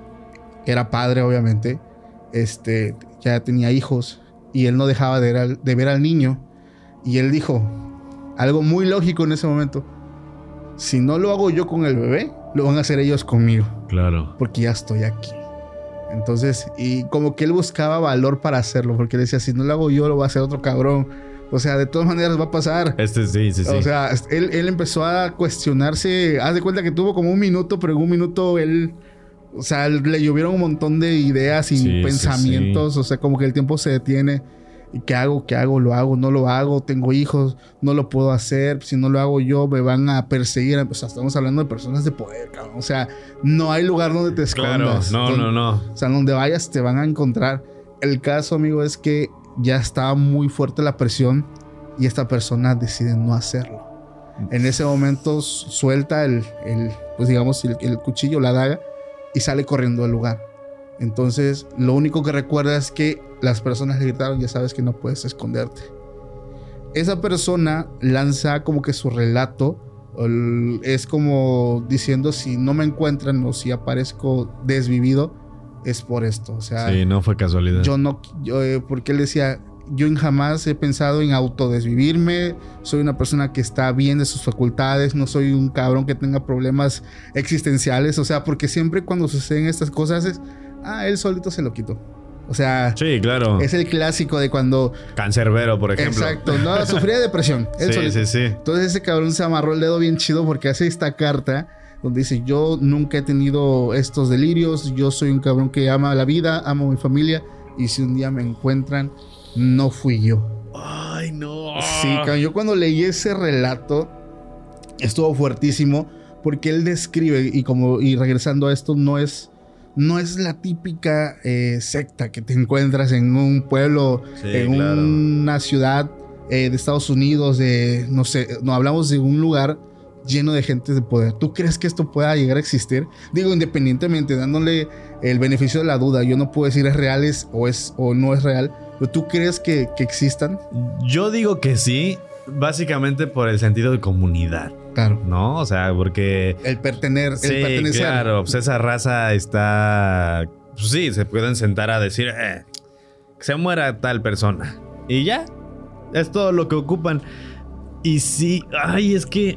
[SPEAKER 2] Era padre, obviamente. Este, ya tenía hijos. Y él no dejaba de ver al, de ver al niño. Y él dijo algo muy lógico en ese momento. Si no lo hago yo con el bebé, lo van a hacer ellos conmigo.
[SPEAKER 1] Claro.
[SPEAKER 2] Porque ya estoy aquí. Entonces, y como que él buscaba valor para hacerlo. Porque decía, si no lo hago yo, lo va a hacer otro cabrón. O sea, de todas maneras va a pasar.
[SPEAKER 1] Este sí, sí, sí.
[SPEAKER 2] O sea, él, él empezó a cuestionarse. Haz de cuenta que tuvo como un minuto, pero en un minuto él... O sea, le llovieron un montón de ideas y sí, pensamientos. Sí, sí. O sea, como que el tiempo se detiene. ¿Y qué hago? ¿Qué hago? ¿Lo hago? ¿No lo hago? Tengo hijos. No lo puedo hacer. Si no lo hago yo, me van a perseguir. O sea, estamos hablando de personas de poder, cabrón. O sea, no hay lugar donde te escondas.
[SPEAKER 1] Claro, no,
[SPEAKER 2] donde,
[SPEAKER 1] no, no.
[SPEAKER 2] O sea, donde vayas te van a encontrar. El caso, amigo, es que ya estaba muy fuerte la presión y esta persona decide no hacerlo. En ese momento suelta el, el pues digamos, el, el cuchillo, la daga, y sale corriendo del lugar. Entonces, lo único que recuerda es que las personas le gritaron, ya sabes que no puedes esconderte. Esa persona lanza como que su relato, es como diciendo, si no me encuentran o si aparezco desvivido, es por esto. O sea,
[SPEAKER 1] sí, no fue casualidad.
[SPEAKER 2] Yo no, yo, eh, porque él decía, yo jamás he pensado en autodesvivirme. Soy una persona que está bien de sus facultades. No soy un cabrón que tenga problemas existenciales. O sea, porque siempre cuando suceden estas cosas es... Ah, él solito se lo quitó. O sea...
[SPEAKER 1] Sí, claro.
[SPEAKER 2] Es el clásico de cuando...
[SPEAKER 1] Cancerbero, por ejemplo.
[SPEAKER 2] Exacto. No, sufría de depresión. Él
[SPEAKER 1] sí,
[SPEAKER 2] solito.
[SPEAKER 1] sí, sí.
[SPEAKER 2] Entonces ese cabrón se amarró el dedo bien chido porque hace esta carta donde dice, yo nunca he tenido estos delirios. Yo soy un cabrón que ama la vida, amo a mi familia. Y si un día me encuentran... No fui yo.
[SPEAKER 1] Ay, no.
[SPEAKER 2] Sí, yo cuando leí ese relato estuvo fuertísimo porque él describe y como y regresando a esto no es no es la típica eh, secta que te encuentras en un pueblo, sí, en claro. una ciudad eh, de Estados Unidos, de no sé, no hablamos de un lugar lleno de gente de poder. ¿Tú crees que esto pueda llegar a existir? Digo, independientemente, dándole el beneficio de la duda, yo no puedo decir es real es, o es o no es real. ¿Pero tú crees que, que existan?
[SPEAKER 1] Yo digo que sí, básicamente por el sentido de comunidad.
[SPEAKER 2] Claro.
[SPEAKER 1] ¿No? O sea, porque...
[SPEAKER 2] El pertener,
[SPEAKER 1] sí,
[SPEAKER 2] el pertenecer.
[SPEAKER 1] Claro, pues esa raza está... Pues sí, se pueden sentar a decir... Eh, que se muera tal persona. Y ya. Es todo lo que ocupan. Y sí... Ay, es que...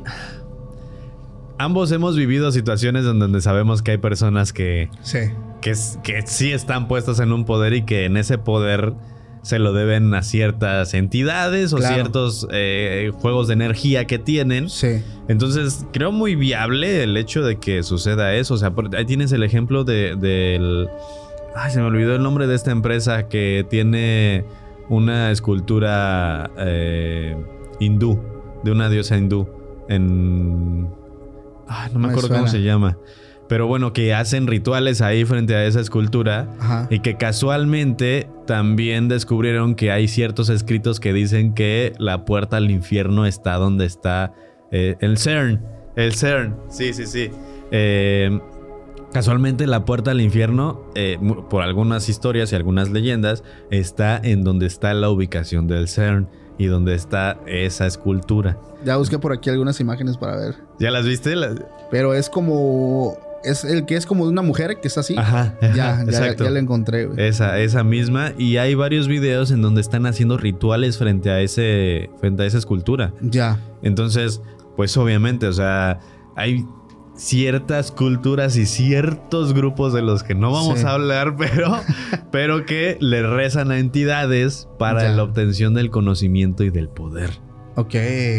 [SPEAKER 1] Ambos hemos vivido situaciones en donde sabemos que hay personas que...
[SPEAKER 2] Sí.
[SPEAKER 1] Que, que sí están puestas en un poder y que en ese poder... se lo deben a ciertas entidades o claro. ciertos eh, juegos de energía que tienen.
[SPEAKER 2] Sí.
[SPEAKER 1] Entonces, creo muy viable el hecho de que suceda eso. O sea, ahí tienes el ejemplo de, del... Ay, se me olvidó el nombre de esta empresa que tiene una escultura eh, hindú, de una diosa hindú en... Ay, no me, me acuerdo suena. cómo se llama. Pero bueno, que hacen rituales ahí frente a esa escultura. Ajá. Y que casualmente también descubrieron que hay ciertos escritos que dicen que la puerta al infierno está donde está eh, el CERN. El CERN, sí, sí, sí. Eh, casualmente la puerta al infierno, eh, por algunas historias y algunas leyendas, está en donde está la ubicación del CERN y donde está esa escultura.
[SPEAKER 2] Ya busqué por aquí algunas imágenes para ver.
[SPEAKER 1] ¿Ya las viste? Las...
[SPEAKER 2] Pero es como... Es el que es como de una mujer que está así.
[SPEAKER 1] Ajá, ajá
[SPEAKER 2] ya,
[SPEAKER 1] exacto.
[SPEAKER 2] Ya, ya la encontré, güey.
[SPEAKER 1] Esa, esa misma. Y hay varios videos en donde están haciendo rituales frente a ese, frente a esa escultura.
[SPEAKER 2] Ya.
[SPEAKER 1] Entonces, pues obviamente, o sea, hay ciertas culturas y ciertos grupos de los que no vamos sí. a hablar, pero, pero que le rezan a entidades para ya. la obtención del conocimiento y del poder.
[SPEAKER 2] Ok.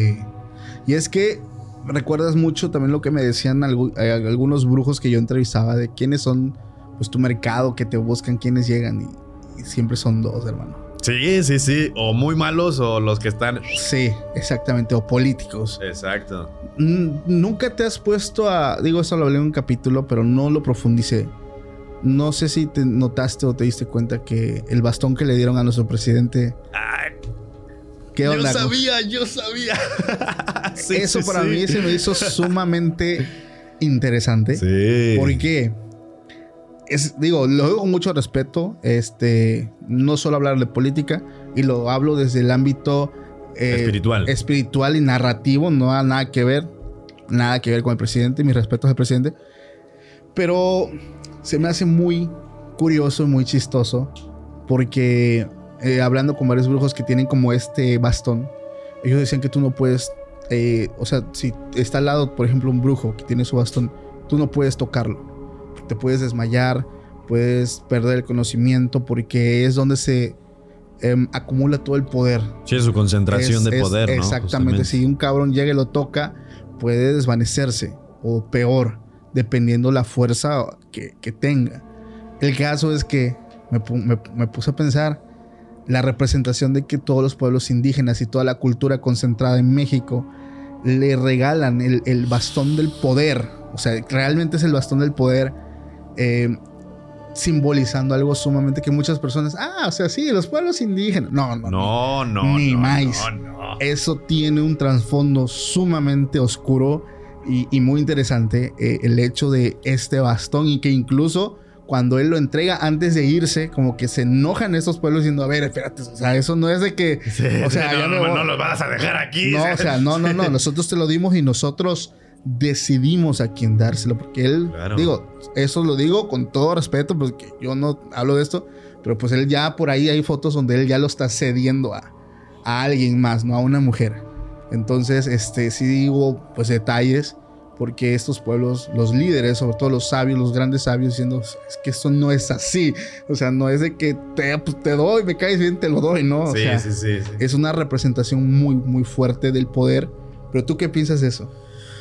[SPEAKER 2] Y es que recuerdas mucho también lo que me decían algu- eh, algunos brujos que yo entrevistaba de quiénes son, pues, tu mercado, que te buscan, quiénes llegan. Y, y siempre son dos, hermano.
[SPEAKER 1] Sí, sí, sí. O muy malos o los que están...
[SPEAKER 2] Sí, exactamente. O políticos.
[SPEAKER 1] Exacto.
[SPEAKER 2] N- Nunca te has puesto a... Digo, eso lo hablé en un capítulo, pero no lo profundicé. No sé si te notaste o te diste cuenta que el bastón que le dieron a nuestro presidente...
[SPEAKER 1] Ay,
[SPEAKER 2] ¿qué onda?
[SPEAKER 1] Yo sabía, yo sabía.
[SPEAKER 2] sí, eso sí, para sí. mí se me hizo sumamente interesante.
[SPEAKER 1] Sí.
[SPEAKER 2] ¿Por qué? Es, digo, lo digo con mucho respeto. Este, no solo hablar de política, y lo hablo desde el ámbito eh,
[SPEAKER 1] espiritual.
[SPEAKER 2] espiritual y narrativo. No ha nada que ver, nada que ver con el presidente. Mis respetos al presidente. Pero se me hace muy curioso y muy chistoso porque eh, hablando con varios brujos que tienen como este bastón, ellos decían que tú no puedes, eh, o sea, si está al lado, por ejemplo, un brujo que tiene su bastón, tú no puedes tocarlo. Te puedes desmayar, puedes perder el conocimiento porque es donde se eh, acumula todo el poder.
[SPEAKER 1] Sí, es su concentración
[SPEAKER 2] es,
[SPEAKER 1] de poder,
[SPEAKER 2] es,
[SPEAKER 1] ¿no?
[SPEAKER 2] Exactamente. Justamente. Si un cabrón llega y lo toca, puede desvanecerse o peor, dependiendo la fuerza que, que tenga. El caso es que me, me, me puse a pensar la representación de que todos los pueblos indígenas y toda la cultura concentrada en México le regalan el, el bastón del poder. O sea, realmente es el bastón del poder. Eh, simbolizando algo sumamente que muchas personas, ah, o sea, sí, los pueblos indígenas. No, no,
[SPEAKER 1] no, no,
[SPEAKER 2] ni
[SPEAKER 1] no,
[SPEAKER 2] más.
[SPEAKER 1] No, no.
[SPEAKER 2] Eso tiene un trasfondo sumamente oscuro y, y muy interesante, eh, el hecho de este bastón, y que incluso cuando él lo entrega antes de irse, como que se enojan estos pueblos diciendo, a ver, espérate, o sea, eso no es de que,
[SPEAKER 1] sí,
[SPEAKER 2] o sea,
[SPEAKER 1] sí, no,
[SPEAKER 2] ya me
[SPEAKER 1] no,
[SPEAKER 2] voy.
[SPEAKER 1] no lo vas a dejar aquí.
[SPEAKER 2] No, o sea, no, no, no, nosotros te lo dimos y nosotros decidimos a quién dárselo, porque él, claro. digo, eso lo digo con todo respeto, porque yo no hablo de esto, pero pues él ya por ahí hay fotos donde él ya lo está cediendo a, a alguien más, no a una mujer. Entonces, este, sí digo, pues detalles, porque estos pueblos, los líderes, sobre todo los sabios, los grandes sabios, diciendo, es que esto no es así, o sea, no es de que te, pues, te doy, me caes bien, te lo doy, ¿no? O
[SPEAKER 1] sí,
[SPEAKER 2] sea,
[SPEAKER 1] sí, sí, sí.
[SPEAKER 2] Es una representación muy, muy fuerte del poder. Pero ¿tú qué piensas de eso?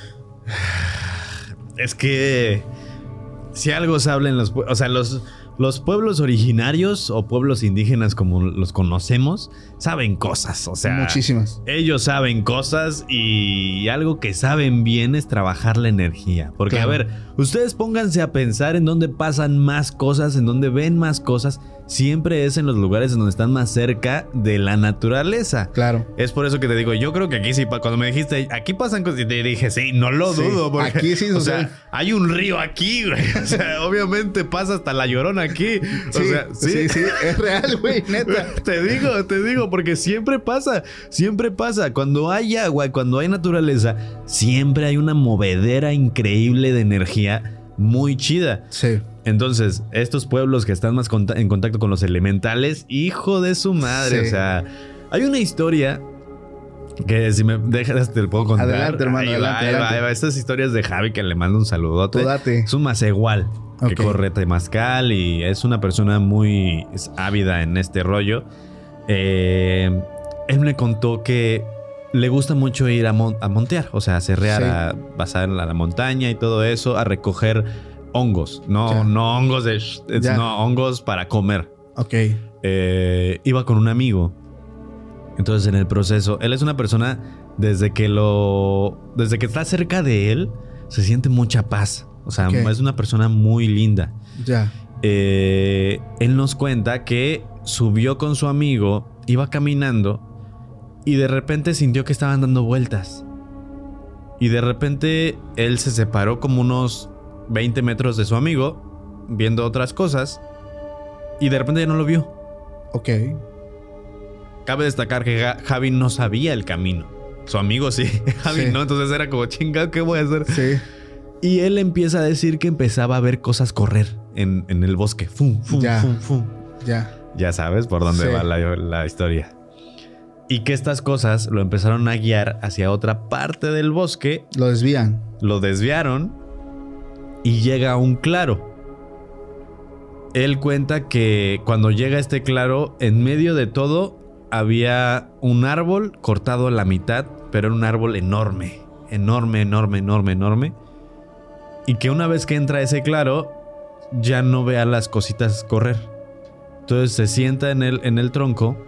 [SPEAKER 1] Es que si algo se habla en los, o sea, los, los pueblos originarios o pueblos indígenas como los conocemos saben cosas, o sea,
[SPEAKER 2] muchísimas.
[SPEAKER 1] Ellos saben cosas y algo que saben bien es trabajar la energía, porque claro. a ver, ustedes pónganse a pensar en dónde pasan más cosas, en dónde ven más cosas. Siempre es en los lugares en donde están más cerca de la naturaleza.
[SPEAKER 2] Claro.
[SPEAKER 1] Es por eso que te digo, yo creo que aquí sí, cuando me dijiste, aquí pasan cosas, y te dije, sí, no lo sí, dudo. Porque,
[SPEAKER 2] aquí sí,
[SPEAKER 1] o,
[SPEAKER 2] o
[SPEAKER 1] sea,
[SPEAKER 2] sea,
[SPEAKER 1] hay un río aquí, güey. O sea, obviamente pasa hasta la Llorona aquí. O
[SPEAKER 2] sí,
[SPEAKER 1] sea, sí,
[SPEAKER 2] sí, sí, es real, güey, neta.
[SPEAKER 1] Te digo, te digo, porque siempre pasa, siempre pasa. Cuando hay agua, cuando hay naturaleza, siempre hay una movedera increíble de energía muy chida.
[SPEAKER 2] Sí.
[SPEAKER 1] Entonces, estos pueblos que están más en contacto con los elementales, hijo de su madre. Sí. O sea, hay una historia que si me dejas te lo puedo contar.
[SPEAKER 2] Adelante, hermano.
[SPEAKER 1] Ahí
[SPEAKER 2] adelante,
[SPEAKER 1] va, ahí
[SPEAKER 2] adelante.
[SPEAKER 1] va, ahí va. Estas historias de Javi, que le mando un saludote.
[SPEAKER 2] Tú date.
[SPEAKER 1] Es un macehual que okay. corre temazcal y es una persona muy es ávida en este rollo. Eh, él me contó que le gusta mucho ir a, mon a montear, o sea, a cerrear, sí. a pasar a la montaña y todo eso, a recoger hongos, no, ya. no hongos de no hongos para comer.
[SPEAKER 2] Ok.
[SPEAKER 1] Eh, iba con un amigo. Entonces, en el proceso, él es una persona desde que lo, desde que está cerca de él, se siente mucha paz. O sea, okay. es una persona muy linda.
[SPEAKER 2] Ya.
[SPEAKER 1] Eh, él nos cuenta que subió con su amigo, iba caminando y de repente sintió que estaban dando vueltas. Y de repente él se separó como unos veinte metros de su amigo, viendo otras cosas, y de repente ya no lo vio.
[SPEAKER 2] Ok.
[SPEAKER 1] Cabe destacar que Javi no sabía el camino. Su amigo sí, Javi sí. no, entonces era como, chingado, ¿qué voy a hacer?
[SPEAKER 2] Sí.
[SPEAKER 1] Y él empieza a decir que empezaba a ver cosas correr en, en el bosque. Fum, fum,
[SPEAKER 2] ya.
[SPEAKER 1] fum, fum.
[SPEAKER 2] Ya.
[SPEAKER 1] Ya sabes por dónde sí. va la, la historia. Y que estas cosas lo empezaron a guiar hacia otra parte del bosque.
[SPEAKER 2] Lo desvían.
[SPEAKER 1] Lo desviaron y llega a un claro. Él cuenta que cuando llega a este claro, en medio de todo había un árbol cortado a la mitad, pero era un árbol enorme, enorme, enorme, enorme, enorme. Y que una vez que entra a ese claro, ya no ve a las cositas correr. Entonces se sienta en el, en el tronco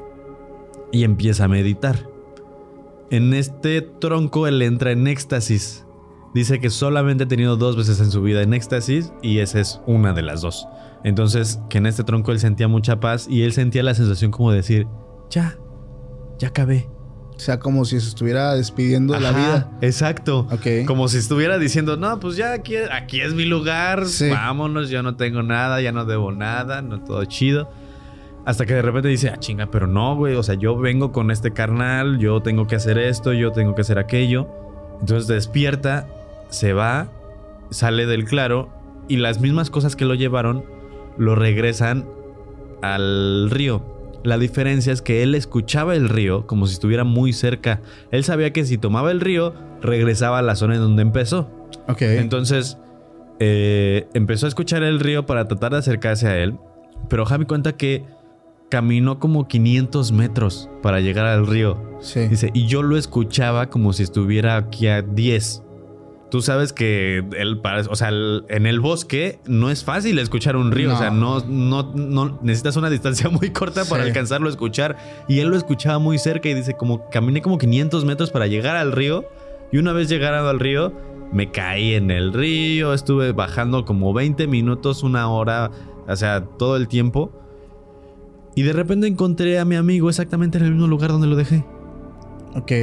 [SPEAKER 1] y empieza a meditar. En este tronco él entra en éxtasis. Dice que solamente ha tenido dos veces en su vida en éxtasis y esa es una de las dos. Entonces que en este tronco él sentía mucha paz y él sentía la sensación como de decir, ya, ya acabé.
[SPEAKER 2] O sea, como si se estuviera despidiendo de la vida.
[SPEAKER 1] Exacto.
[SPEAKER 2] Okay.
[SPEAKER 1] Como si estuviera diciendo, no, pues ya aquí, aquí es mi lugar, sí. vámonos, yo no tengo nada, ya no debo nada, no todo chido. Hasta que de repente dice, ah, chinga, pero no, güey, o sea, yo vengo con este carnal, yo tengo que hacer esto, yo tengo que hacer aquello. Entonces despierta, se va, sale del claro y las mismas cosas que lo llevaron lo regresan al río. La diferencia es que él escuchaba el río como si estuviera muy cerca. Él sabía que si tomaba el río, regresaba a la zona en donde empezó.
[SPEAKER 2] Ok.
[SPEAKER 1] Entonces, eh, empezó a escuchar el río para tratar de acercarse a él. Pero Javi cuenta que caminó como quinientos metros para llegar al río.
[SPEAKER 2] Sí.
[SPEAKER 1] Dice, y yo lo escuchaba como si estuviera aquí a diez. Tú sabes que el, o sea, el, en el bosque no es fácil escuchar un río. No. O sea, no, no, no necesitas una distancia muy corta sí. para alcanzarlo a escuchar. Y él lo escuchaba muy cerca y dice, como caminé como quinientos metros para llegar al río. Y una vez llegado al río, me caí en el río. Estuve bajando como veinte minutos, una hora, o sea, todo el tiempo. Y de repente encontré a mi amigo exactamente en el mismo lugar donde lo dejé.
[SPEAKER 2] Ok.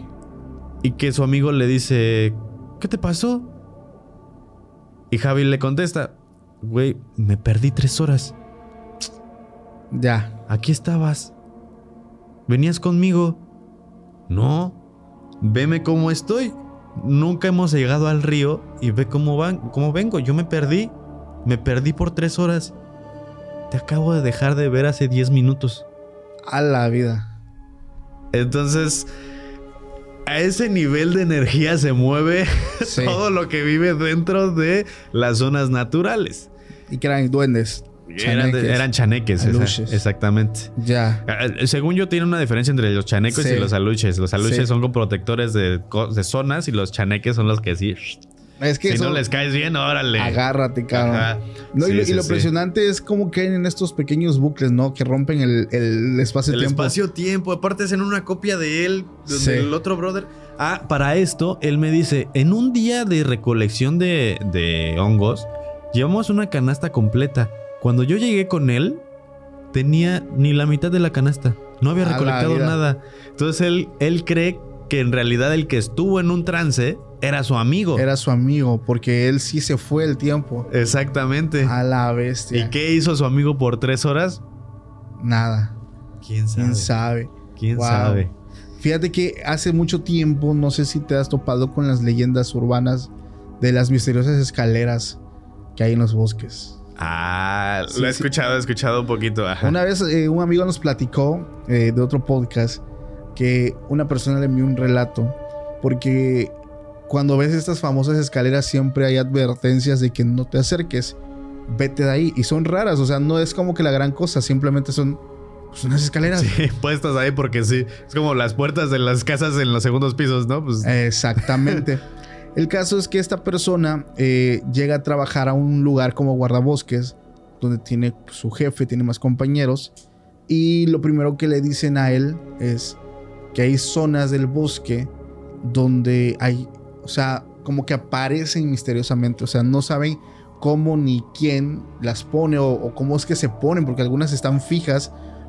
[SPEAKER 1] Y que su amigo le dice, ¿qué te pasó? Y Javi le contesta, güey, me perdí tres horas.
[SPEAKER 2] Ya.
[SPEAKER 1] Aquí estabas. ¿Venías conmigo? No. Veme cómo estoy. Nunca hemos llegado al río y ve cómo van, cómo vengo. Yo me perdí. Me perdí por tres horas. Te acabo de dejar de ver hace diez minutos.
[SPEAKER 2] A la vida.
[SPEAKER 1] Entonces, a ese nivel de energía se mueve sí. todo lo que vive dentro de las zonas naturales.
[SPEAKER 2] Y que eran duendes.
[SPEAKER 1] Eran, de, eran chaneques, esa, exactamente.
[SPEAKER 2] Ya.
[SPEAKER 1] Según yo, tiene una diferencia entre los chaneques sí. y los aluches. Los aluches sí. son como protectores de, de zonas y los chaneques son los que sí.
[SPEAKER 2] Es que
[SPEAKER 1] si no les caes bien, órale.
[SPEAKER 2] Agárrate, cabrón. No, sí, y, sí, y lo sí. impresionante es cómo caen en estos pequeños bucles, ¿no? Que rompen el, el espacio-tiempo.
[SPEAKER 1] El espacio-tiempo. Aparte, es en una copia de él, sí. del otro brother. Ah, para esto, él me dice: en un día de recolección de, de hongos, llevamos una canasta completa. Cuando yo llegué con él, tenía ni la mitad de la canasta. No había recolectado nada. Entonces, él, él cree que en realidad el que estuvo en un trance era su amigo.
[SPEAKER 2] Era su amigo, porque él sí se fue el tiempo.
[SPEAKER 1] Exactamente.
[SPEAKER 2] A la bestia.
[SPEAKER 1] ¿Y qué hizo su amigo por tres horas?
[SPEAKER 2] Nada.
[SPEAKER 1] ¿Quién sabe?
[SPEAKER 2] ¿Quién sabe?
[SPEAKER 1] ¿Quién
[SPEAKER 2] wow.
[SPEAKER 1] sabe?
[SPEAKER 2] Fíjate que hace mucho tiempo, no sé si te has topado con las leyendas urbanas de las misteriosas escaleras que hay en los bosques.
[SPEAKER 1] Ah,
[SPEAKER 2] sí,
[SPEAKER 1] lo he
[SPEAKER 2] sí.
[SPEAKER 1] escuchado, he escuchado un poquito. Ajá.
[SPEAKER 2] Una vez eh, un amigo nos platicó eh, de otro podcast que una persona le envió un relato porque cuando ves estas famosas escaleras siempre hay advertencias de que no te acerques, vete de ahí, y son raras, o sea, no es como que la gran cosa, simplemente son pues, unas escaleras.
[SPEAKER 1] Sí, puestas ahí porque sí, es como las puertas de las casas en los segundos pisos, ¿no? Pues...
[SPEAKER 2] Exactamente. El caso es que esta persona eh, llega a trabajar a un lugar como guardabosques, donde tiene su jefe, tiene más compañeros, y lo primero que le dicen a él es que hay zonas del bosque donde hay, o sea, como que aparecen misteriosamente, o sea, no saben cómo ni quién las pone o, o cómo es que se ponen, porque algunas están fijas,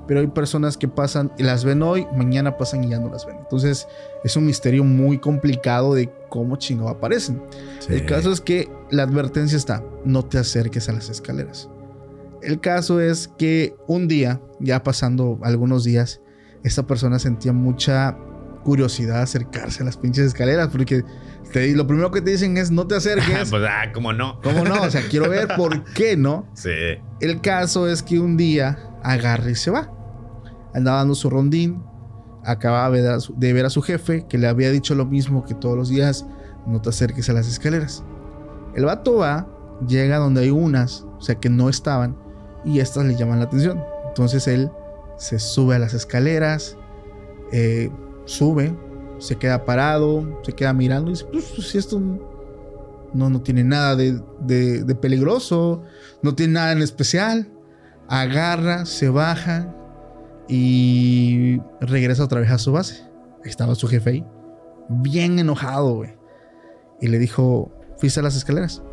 [SPEAKER 2] pero hay personas que pasan y las ven hoy, mañana pasan y ya no las ven. Entonces es un misterio muy complicado de cómo chingado aparecen. Sí. El caso es que la advertencia está: no te acerques a las escaleras. El caso es que un día, ya pasando algunos días, esta persona sentía mucha curiosidad de acercarse a las pinches escaleras, porque te, lo primero que te dicen es: no te acerques.
[SPEAKER 1] Pues, ah, ¿cómo no?
[SPEAKER 2] ¿Cómo no? O sea, quiero ver por qué, ¿no?
[SPEAKER 1] Sí.
[SPEAKER 2] El caso es que un día agarra y se va. Andaba dando su rondín, acababa de ver, a su, de ver a su jefe, que le había dicho lo mismo que todos los días: no te acerques a las escaleras. El vato va, llega donde hay unas, o sea, que no estaban, y estas le llaman la atención. Entonces él se sube a las escaleras, eh, sube, se queda parado, se queda mirando y dice: pues si esto no, no tiene nada de, de, de peligroso, no tiene nada en especial. Agarra, se baja y regresa otra vez a su base. Estaba su jefe ahí, bien enojado, güey. Y le dijo: ¿fuiste a las escaleras?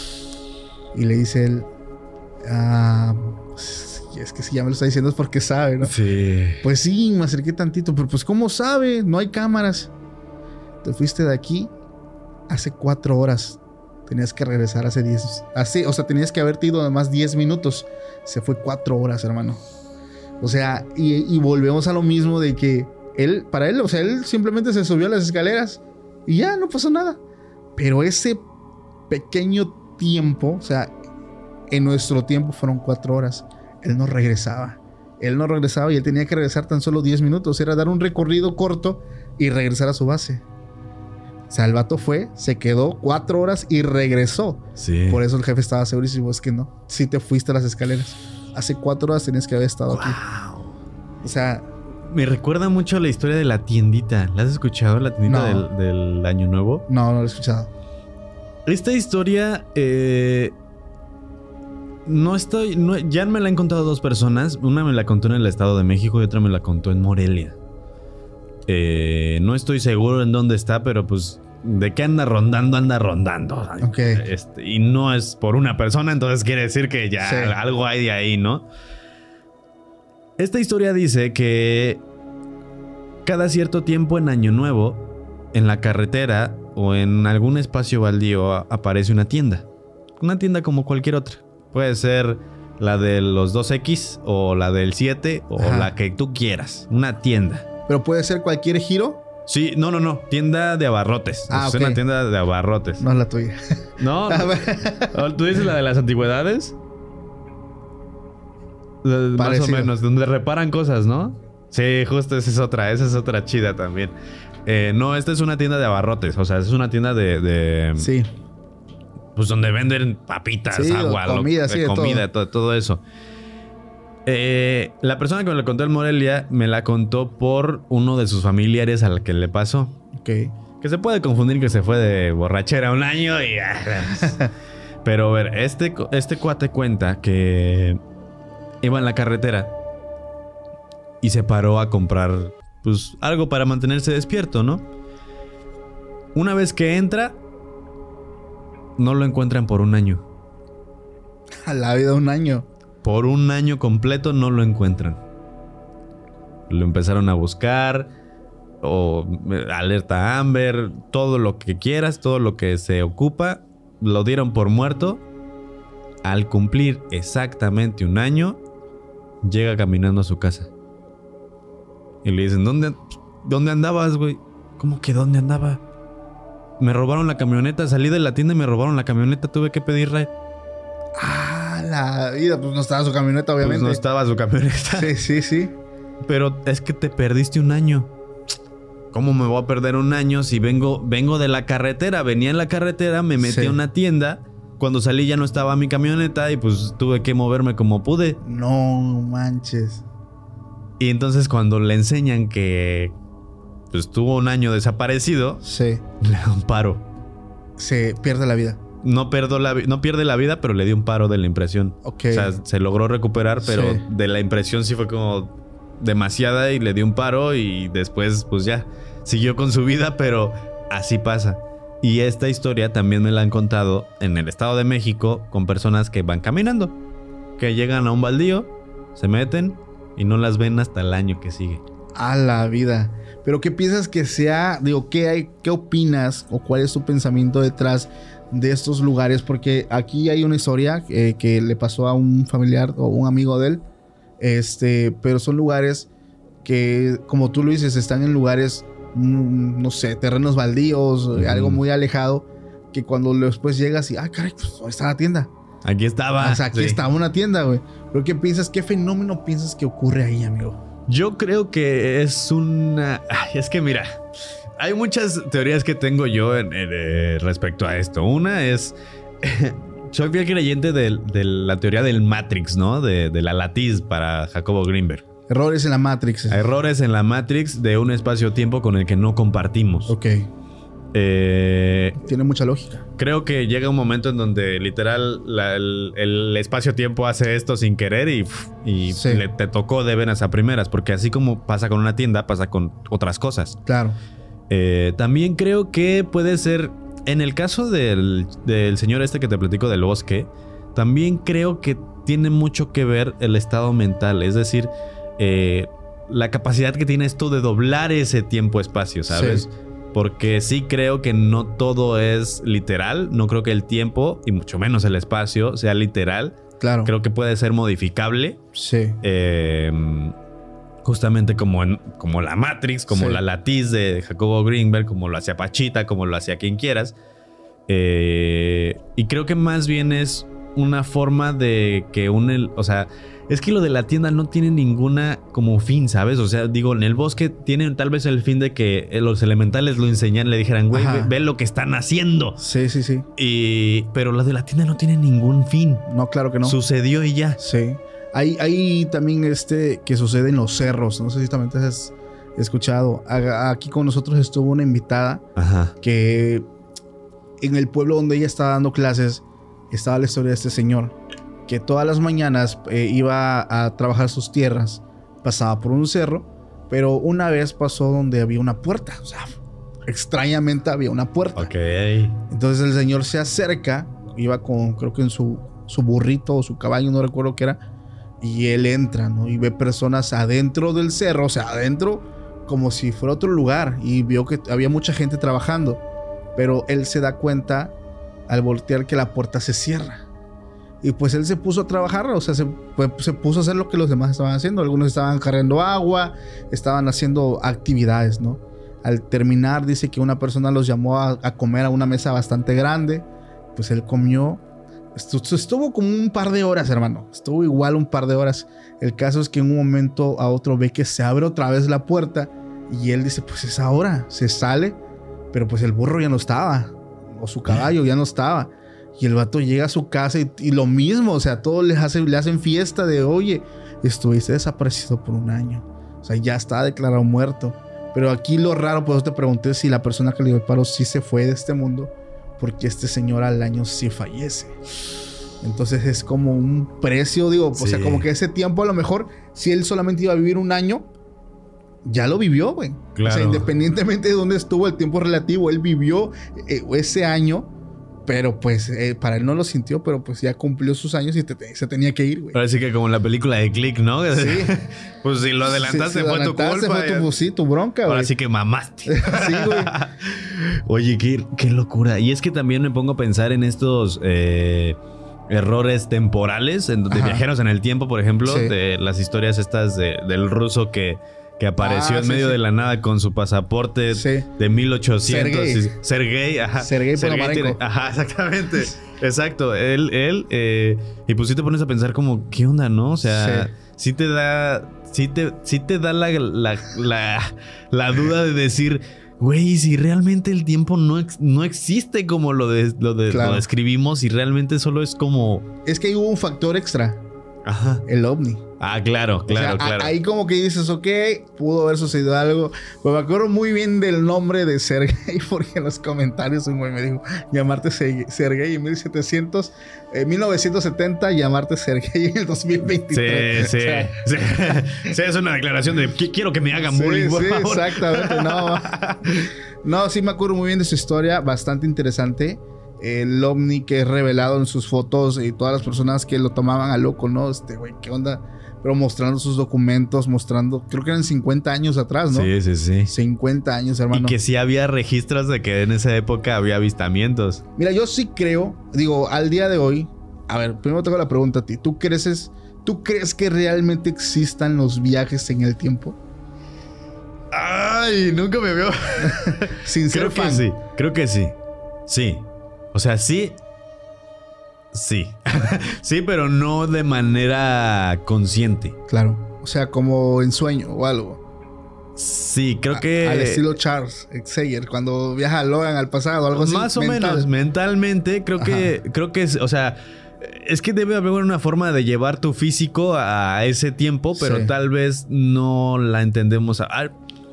[SPEAKER 2] Y le dice él: ah, es que si ya me lo está diciendo es porque sabe, ¿no?
[SPEAKER 1] Sí.
[SPEAKER 2] Pues sí, me acerqué tantito, pero pues ¿cómo sabe? No hay cámaras. Te fuiste de aquí hace cuatro horas. Tenías que regresar hace diez. Así, o sea, tenías que haberte ido además diez minutos. Se fue cuatro horas, hermano. O sea, y, y volvemos a lo mismo de que él, para él, o sea, él simplemente se subió a las escaleras y ya no pasó nada. Pero ese pequeño tiempo, o sea, en nuestro tiempo fueron cuatro horas. Él no regresaba. Él no regresaba y él tenía que regresar tan solo diez minutos. Era dar un recorrido corto y regresar a su base. O sea, el vato fue, se quedó cuatro horas y regresó.
[SPEAKER 1] Sí.
[SPEAKER 2] Por eso el jefe estaba segurísimo. Es que no, sí te fuiste a las escaleras. Hace cuatro horas tenías que haber estado wow. aquí. O sea...
[SPEAKER 1] Me recuerda mucho a la historia de la tiendita. ¿La has escuchado? La tiendita
[SPEAKER 2] no.
[SPEAKER 1] del, del Año Nuevo.
[SPEAKER 2] No, no la he escuchado.
[SPEAKER 1] Esta historia... Eh, no estoy... No, ya me la han contado dos personas. Una me la contó en el Estado de México y otra me la contó en Morelia. Eh, no estoy seguro en dónde está, pero pues de qué anda rondando, anda rondando.
[SPEAKER 2] Okay.
[SPEAKER 1] Este, y no es por una persona, entonces quiere decir que ya sí. algo hay de ahí, ¿no? Esta historia dice que cada cierto tiempo en Año Nuevo, en la carretera o en algún espacio baldío aparece una tienda. Una tienda como cualquier otra. Puede ser la de los dos equis o la del siete o Ajá. la que tú quieras. Una tienda.
[SPEAKER 2] ¿Pero puede ser cualquier giro?
[SPEAKER 1] Sí, no, no, no. Tienda de abarrotes.
[SPEAKER 2] Ah,
[SPEAKER 1] es
[SPEAKER 2] okay.
[SPEAKER 1] una tienda de abarrotes.
[SPEAKER 2] No es la tuya.
[SPEAKER 1] No. no. ¿Tú dices la de las antigüedades? Parecido. Más o menos. Donde reparan cosas, ¿no? Sí, justo esa es otra. Esa es otra chida también. Eh, no, esta es una tienda de abarrotes. O sea, es una tienda de... de
[SPEAKER 2] sí.
[SPEAKER 1] Pues donde venden papitas,
[SPEAKER 2] sí,
[SPEAKER 1] agua,
[SPEAKER 2] comida,
[SPEAKER 1] lo,
[SPEAKER 2] sí,
[SPEAKER 1] de comida, todo. Todo, todo eso. Eh, la persona que me la contó en Morelia me la contó por uno de sus familiares al que le pasó.
[SPEAKER 2] Ok.
[SPEAKER 1] Que se puede confundir que se fue de borrachera un año y... Pero a ver, este, este cuate cuenta que iba en la carretera y se paró a comprar pues algo para mantenerse despierto, ¿no? Una vez que entra, no lo encuentran por un año.
[SPEAKER 2] A la vida un año.
[SPEAKER 1] Por un año completo no lo encuentran. Lo empezaron a buscar, o alerta Amber, todo lo que quieras, todo lo que se ocupa, lo dieron por muerto. Al cumplir exactamente un año, llega caminando a su casa. Y le dicen: ¿Dónde, dónde andabas, güey? ¿Cómo que dónde andaba? Me robaron la camioneta, salí de la tienda y me robaron la camioneta, tuve que pedir ride.
[SPEAKER 2] Ah, la vida, pues no estaba su camioneta, obviamente.
[SPEAKER 1] Pues no estaba su camioneta.
[SPEAKER 2] Sí, sí, sí.
[SPEAKER 1] Pero es que te perdiste un año. ¿Cómo me voy a perder un año si vengo, vengo de la carretera? Venía en la carretera, me metí sí. a una tienda. Cuando salí ya no estaba mi camioneta y pues tuve que moverme como pude.
[SPEAKER 2] No manches.
[SPEAKER 1] Y entonces cuando le enseñan que pues tuvo un año desaparecido,
[SPEAKER 2] sí.
[SPEAKER 1] le da un paro.
[SPEAKER 2] Se pierde la vida.
[SPEAKER 1] No, perdo la, no pierde la vida, pero le dio un paro de la impresión.
[SPEAKER 2] Okay.
[SPEAKER 1] O sea, se logró recuperar, pero sí. de la impresión sí fue como demasiada y le dio un paro y después pues ya siguió con su vida, pero así pasa. Y esta historia también me la han contado en el Estado de México con personas que van caminando, que llegan a un baldío, se meten y no las ven hasta el año que sigue.
[SPEAKER 2] A la vida. Pero ¿qué piensas que sea? Digo, ¿qué hay, qué opinas o cuál es tu pensamiento detrás de estos lugares? Porque aquí hay una historia eh, que le pasó a un familiar o un amigo de él. Este, pero son lugares que, como tú lo dices, están en lugares, mm, no sé, terrenos baldíos, uh-huh. algo muy alejado, que cuando después llegas y, ah, caray, pues ¿dónde está la tienda?
[SPEAKER 1] Aquí estaba.
[SPEAKER 2] O sea, aquí sí. estaba una tienda, güey. ¿Pero qué piensas? ¿Qué fenómeno piensas que ocurre ahí, amigo?
[SPEAKER 1] Yo creo que es una... Ay, es que mira, hay muchas teorías que tengo yo en, en, eh, respecto a esto. Una es... soy fiel creyente de, de la teoría del Matrix, ¿no? De, de la latiz para Jacobo Greenberg.
[SPEAKER 2] Errores en la Matrix.
[SPEAKER 1] Errores en la Matrix de un espacio-tiempo con el que no compartimos.
[SPEAKER 2] Ok.
[SPEAKER 1] Eh,
[SPEAKER 2] Tiene mucha lógica.
[SPEAKER 1] Creo que llega un momento en donde literal la, el, el espacio-tiempo hace esto sin querer y, y sí. le, te tocó de veras a primeras, porque así como pasa con una tienda, pasa con otras cosas.
[SPEAKER 2] Claro.
[SPEAKER 1] Eh, también creo que puede ser, en el caso del, del señor este que te platico del bosque, también creo que tiene mucho que ver el estado mental, es decir, eh, la capacidad que tiene esto de doblar ese tiempo-espacio, ¿sabes? Sí. Porque sí creo que no todo es literal. No creo que el tiempo, y mucho menos el espacio, sea literal.
[SPEAKER 2] Claro.
[SPEAKER 1] Creo que puede ser modificable.
[SPEAKER 2] Sí.
[SPEAKER 1] Eh, justamente como, en, como la Matrix, como sí. la latiz de Jacobo Greenberg, como lo hacía Pachita, como lo hacía quien quieras. Eh, y creo que más bien es una forma de que un... O sea... Es que lo de la tienda no tiene ninguna como fin, ¿sabes? O sea, digo, en el bosque tienen tal vez el fin de que los elementales lo enseñaran, le dijeran, güey, ve, ve lo que están haciendo.
[SPEAKER 2] Sí, sí, sí.
[SPEAKER 1] Y, pero lo de la tienda no tiene ningún fin.
[SPEAKER 2] No, claro que no.
[SPEAKER 1] Sucedió y ya.
[SPEAKER 2] Sí. Hay, hay también este que sucede en los cerros. No sé si también te has escuchado. Aquí con nosotros estuvo una invitada.
[SPEAKER 1] Ajá.
[SPEAKER 2] Que en el pueblo donde ella estaba dando clases estaba la historia de este señor, que todas las mañanas eh, iba a trabajar sus tierras, pasaba por un cerro, pero una vez pasó donde había una puerta, o sea, extrañamente había una puerta.
[SPEAKER 1] Ok.
[SPEAKER 2] Entonces el señor se acerca, iba con, creo que en su, su burrito o su caballo, no recuerdo qué era, y él entra, ¿no? Y ve personas adentro del cerro, o sea, adentro como si fuera otro lugar, y vio que había mucha gente trabajando, pero él se da cuenta al voltear que la puerta se cierra. Y pues él se puso a trabajar, o sea, se, pues, se puso a hacer lo que los demás estaban haciendo. Algunos estaban cargando agua, estaban haciendo actividades, ¿no? Al terminar, dice que una persona los llamó a, a comer a una mesa bastante grande. Pues él comió. Estuvo, estuvo como un par de horas, hermano. Estuvo igual un par de horas. El caso es que en un momento a otro ve que se abre otra vez la puerta. Y él dice, pues es ahora. Se sale, pero pues el burro ya no estaba. O su caballo ya no estaba. Y el vato llega a su casa y, y lo mismo, o sea, todos les hace, le hacen fiesta de, oye, estuviste desaparecido por un año. O sea, ya está declarado muerto. Pero aquí lo raro, pues te pregunté si la persona que le dio el paro sí se fue de este mundo, porque este señor al año sí fallece. Entonces es como un precio, digo, sí. O sea, como que ese tiempo a lo mejor, si él solamente iba a vivir un año, ya lo vivió, güey.
[SPEAKER 1] Claro.
[SPEAKER 2] O sea, independientemente de dónde estuvo el tiempo relativo, él vivió eh, ese año. Pero pues eh, para él no lo sintió, pero pues ya cumplió sus años y te, te, se tenía que ir, güey.
[SPEAKER 1] Ahora sí que como en la película de Click, ¿no?
[SPEAKER 2] Sí.
[SPEAKER 1] Pues si lo adelantaste, sí, si fue adelantaste, tu culpa.
[SPEAKER 2] Fue tu, sí, tu bronca, güey.
[SPEAKER 1] Ahora sí que mamaste.
[SPEAKER 2] Sí, güey.
[SPEAKER 1] Oye, qué, qué locura. Y es que también me pongo a pensar en estos eh, errores temporales, en, de Ajá. viajeros en el tiempo, por ejemplo. Sí. De las historias estas de, del ruso que... que apareció ah, en sí, medio sí. de la nada con su pasaporte sí. de mil ochocientos.
[SPEAKER 2] Sergei.
[SPEAKER 1] Sergei, ajá.
[SPEAKER 2] Sergei Ponomarenko.
[SPEAKER 1] Ajá, exactamente. Exacto. Él, él, eh, y pues sí te pones a pensar como, ¿qué onda, no? O sea, sí, sí te da, sí te, sí te da la, la, la, la duda de decir, güey, si realmente el tiempo no, no existe como lo, de, lo, de, claro. lo describimos y realmente solo es como...
[SPEAKER 2] Es que ahí hubo un factor extra.
[SPEAKER 1] Ajá.
[SPEAKER 2] El ovni.
[SPEAKER 1] Ah, claro, claro,
[SPEAKER 2] o sea,
[SPEAKER 1] claro.
[SPEAKER 2] Ahí como que dices, ok, pudo haber sucedido algo. Pues me acuerdo muy bien del nombre de Sergei, porque en los comentarios un güey me dijo, llamarte Sergei en mil setecientos, eh, mil novecientos setenta, llamarte Sergei en el dos mil veintitrés.
[SPEAKER 1] Sí, sí.
[SPEAKER 2] O sea,
[SPEAKER 1] sí. sí, es una declaración de que quiero que me hagan
[SPEAKER 2] sí,
[SPEAKER 1] bullying, por
[SPEAKER 2] sí,
[SPEAKER 1] favor.
[SPEAKER 2] Exactamente, no. No, sí me acuerdo muy bien de su historia, bastante interesante. el ovni que es revelado en sus fotos y todas las personas que lo tomaban a loco, ¿no? Este güey, ¿qué onda? Pero mostrando sus documentos, mostrando, creo que eran cincuenta años atrás, ¿no?
[SPEAKER 1] Sí, sí, sí.
[SPEAKER 2] cincuenta años, hermano.
[SPEAKER 1] Y que sí había registros de que en esa época había avistamientos.
[SPEAKER 2] Mira, yo sí creo, digo, al día de hoy, a ver, primero tengo la pregunta a ti. ¿Tú crees, ¿tú crees que realmente existan los viajes en el tiempo?
[SPEAKER 1] Ay, nunca me veo.
[SPEAKER 2] Sin ser
[SPEAKER 1] Creo
[SPEAKER 2] fan.
[SPEAKER 1] que sí, creo que sí. Sí. O sea, sí. Sí. Sí, pero no de manera consciente.
[SPEAKER 2] Claro. O sea, como en sueño o algo.
[SPEAKER 1] Sí, creo que...
[SPEAKER 2] A, al estilo Charles Xavier, cuando viaja a Logan al pasado, algo así.
[SPEAKER 1] Más o
[SPEAKER 2] mental.
[SPEAKER 1] menos, mentalmente, creo que, creo que es, o sea, es que debe haber una forma de llevar tu físico a ese tiempo, pero
[SPEAKER 2] Sí.
[SPEAKER 1] tal vez no la entendemos. A, a-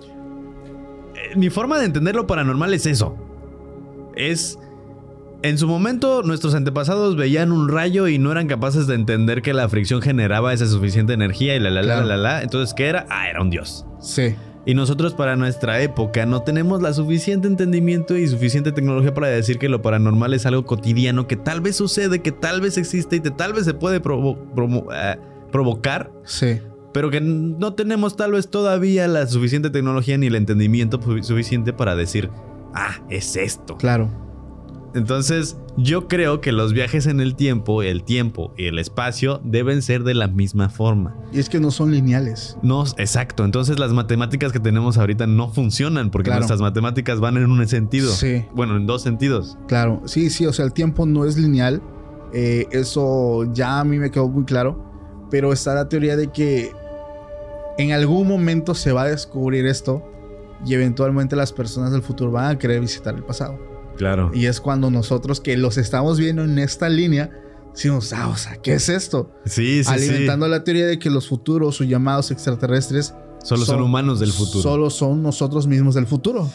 [SPEAKER 1] mi forma de entender lo paranormal es eso. Es... En su momento, nuestros antepasados veían un rayo y no eran capaces de entender que la fricción generaba esa suficiente energía y la la la
[SPEAKER 2] Claro.
[SPEAKER 1] la la. Entonces, ¿qué era? Ah, era un dios.
[SPEAKER 2] Sí.
[SPEAKER 1] Y nosotros para nuestra época no tenemos la suficiente entendimiento y suficiente tecnología para decir que lo paranormal es algo cotidiano que tal vez sucede, que tal vez existe y que tal vez se puede provo- promo- eh, provocar,
[SPEAKER 2] Sí.
[SPEAKER 1] pero que no tenemos tal vez todavía la suficiente tecnología ni el entendimiento pu- suficiente para decir, ah, es esto.
[SPEAKER 2] Claro.
[SPEAKER 1] Entonces, yo creo que los viajes en el tiempo, el tiempo y el espacio deben ser de la misma forma.
[SPEAKER 2] Y es que no son lineales.
[SPEAKER 1] No, exacto. Entonces las matemáticas que tenemos ahorita no funcionan porque
[SPEAKER 2] Claro.
[SPEAKER 1] nuestras matemáticas van en un sentido.
[SPEAKER 2] Sí.
[SPEAKER 1] Bueno, en dos sentidos.
[SPEAKER 2] Claro. Sí, sí. O sea, el tiempo no es lineal. Eh, eso ya a mí me quedó muy claro. Pero está la teoría de que en algún momento se va a descubrir esto y eventualmente las personas del futuro van a querer visitar el pasado.
[SPEAKER 1] Claro.
[SPEAKER 2] Y es cuando nosotros que los estamos viendo en esta línea, decimos, ah, o sea, ¿qué es esto?
[SPEAKER 1] Sí, sí,
[SPEAKER 2] Alimentando la teoría de que los futuros o llamados extraterrestres
[SPEAKER 1] sí. Solo son, son humanos del futuro.
[SPEAKER 2] Solo son nosotros mismos del futuro.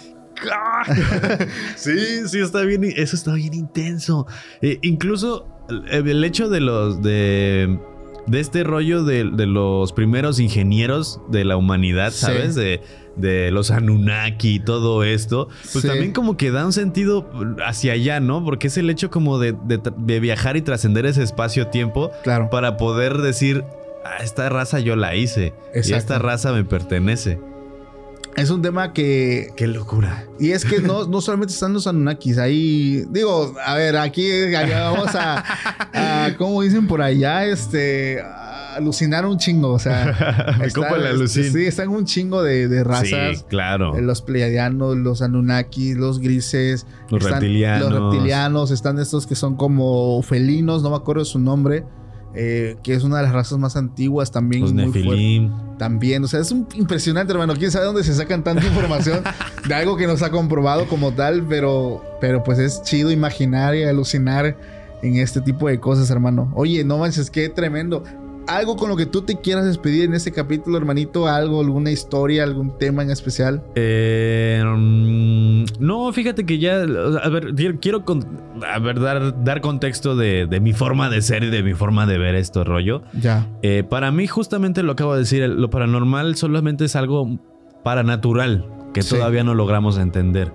[SPEAKER 1] Sí, sí, está bien. Eso está bien intenso. Eh, incluso el, el hecho de los de, de este rollo de, de los primeros ingenieros de la humanidad,
[SPEAKER 2] Sí.
[SPEAKER 1] ¿sabes? De, de los Anunnaki y todo esto, pues
[SPEAKER 2] Sí.
[SPEAKER 1] también como que da un sentido hacia allá, ¿no? Porque es el hecho como de, de, de viajar y trascender ese espacio-tiempo
[SPEAKER 2] Claro.
[SPEAKER 1] para poder decir, ah, esta raza yo la hice y
[SPEAKER 2] Exacto.
[SPEAKER 1] esta raza me pertenece.
[SPEAKER 2] Es un tema que...
[SPEAKER 1] ¡Qué locura!
[SPEAKER 2] Y es que no, no solamente están los Anunnakis. Ahí... Digo, a ver, aquí, aquí vamos a, a... ¿Cómo dicen por allá? Este... a alucinar un chingo. O sea...
[SPEAKER 1] Me
[SPEAKER 2] está-
[SPEAKER 1] copa el alucin.
[SPEAKER 2] Sí, están un chingo de, de razas.
[SPEAKER 1] Sí, claro.
[SPEAKER 2] Eh, Los pleiadianos, los Anunnakis, los grises.
[SPEAKER 1] Los
[SPEAKER 2] están
[SPEAKER 1] reptilianos.
[SPEAKER 2] Los reptilianos. Están estos que son como felinos. No me acuerdo de su nombre. Eh, que es una de las razas más antiguas también.
[SPEAKER 1] Los
[SPEAKER 2] muy fuerte.
[SPEAKER 1] Nefilim.
[SPEAKER 2] También, o sea, es un impresionante, hermano. Quién sabe dónde se sacan tanta información de algo que no se ha comprobado como tal, pero, pero pues es chido imaginar y alucinar en este tipo de cosas, hermano. Oye, no manches, qué tremendo. Algo con lo que tú te quieras despedir en este capítulo, hermanito, algo, alguna historia, algún tema en especial.
[SPEAKER 1] Eh, mm, no, fíjate que ya, a ver, quiero con- a ver, dar, dar contexto de, de mi forma de ser y de mi forma de ver esto rollo.
[SPEAKER 2] Ya.
[SPEAKER 1] Eh, para mí, justamente lo acabo de decir, lo paranormal solamente es algo paranatural que
[SPEAKER 2] Sí.
[SPEAKER 1] todavía no logramos entender.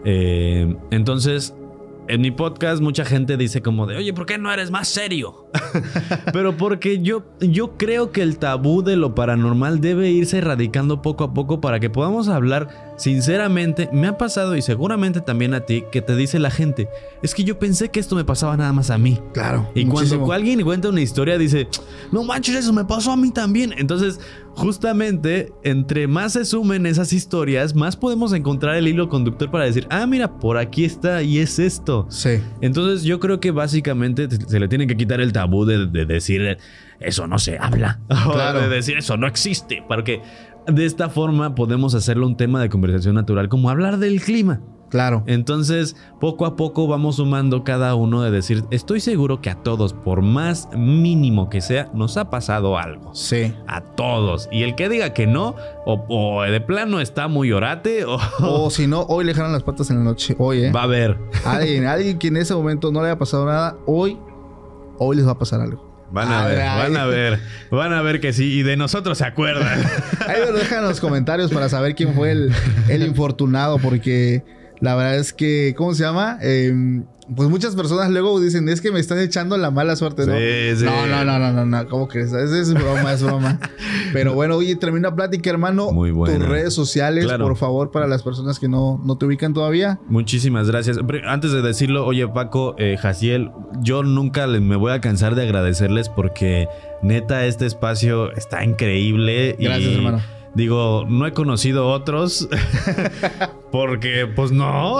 [SPEAKER 1] Eh, entonces, en mi podcast mucha gente dice como de, oye, ¿por qué no eres más serio? Pero porque yo, yo creo que el tabú de lo paranormal debe irse erradicando poco a poco para que podamos hablar sinceramente. Me ha pasado y seguramente también a ti que te dice la gente, es que yo pensé que esto me pasaba nada más a mí.
[SPEAKER 2] Claro.
[SPEAKER 1] Y
[SPEAKER 2] muchísimo.
[SPEAKER 1] cuando alguien cuenta una historia dice, no manches, eso me pasó a mí también. Entonces, justamente, entre más se sumen esas historias, más podemos encontrar el hilo conductor para decir, ah, mira, por aquí está y es esto.
[SPEAKER 2] Sí.
[SPEAKER 1] Entonces, yo creo que básicamente se le tiene que quitar el tabú de, de decir, eso no se habla.
[SPEAKER 2] Claro.
[SPEAKER 1] O de decir, eso no existe. Porque de esta forma podemos hacerlo un tema de conversación natural, como hablar del clima.
[SPEAKER 2] Claro.
[SPEAKER 1] Entonces, poco a poco vamos sumando cada uno de decir, estoy seguro que a todos, por más mínimo que sea, nos ha pasado algo.
[SPEAKER 2] Sí.
[SPEAKER 1] A todos. Y el que diga que no, o, o de plano está muy orate, o
[SPEAKER 2] O si no, hoy le jalan las patas en la noche. Hoy, ¿eh?
[SPEAKER 1] va a ver.
[SPEAKER 2] Alguien, alguien que en ese momento no le haya pasado nada, hoy, hoy les va a pasar algo.
[SPEAKER 1] Van a ver,
[SPEAKER 2] Ay.
[SPEAKER 1] van a ver, van a ver que sí, y de nosotros se acuerdan.
[SPEAKER 2] Ahí me lo dejan en los comentarios para saber quién fue el, el infortunado, porque la verdad es que, ¿cómo se llama? Eh, pues muchas personas luego dicen, es que me están echando la mala suerte, ¿no?
[SPEAKER 1] Sí, sí.
[SPEAKER 2] No, no, no, no, no, no. ¿Cómo crees? Es, es broma, es broma. Pero bueno, oye, termina la plática, hermano.
[SPEAKER 1] Muy buena.
[SPEAKER 2] Tus redes sociales,
[SPEAKER 1] Claro.
[SPEAKER 2] por favor, para las personas que no, no te ubican todavía.
[SPEAKER 1] Muchísimas gracias. Antes de decirlo, oye, Paco, eh, Jaciel, yo nunca les, me voy a cansar de agradecerles porque neta este espacio está increíble.
[SPEAKER 2] Gracias,
[SPEAKER 1] y,
[SPEAKER 2] hermano.
[SPEAKER 1] Digo, no he conocido otros porque pues no.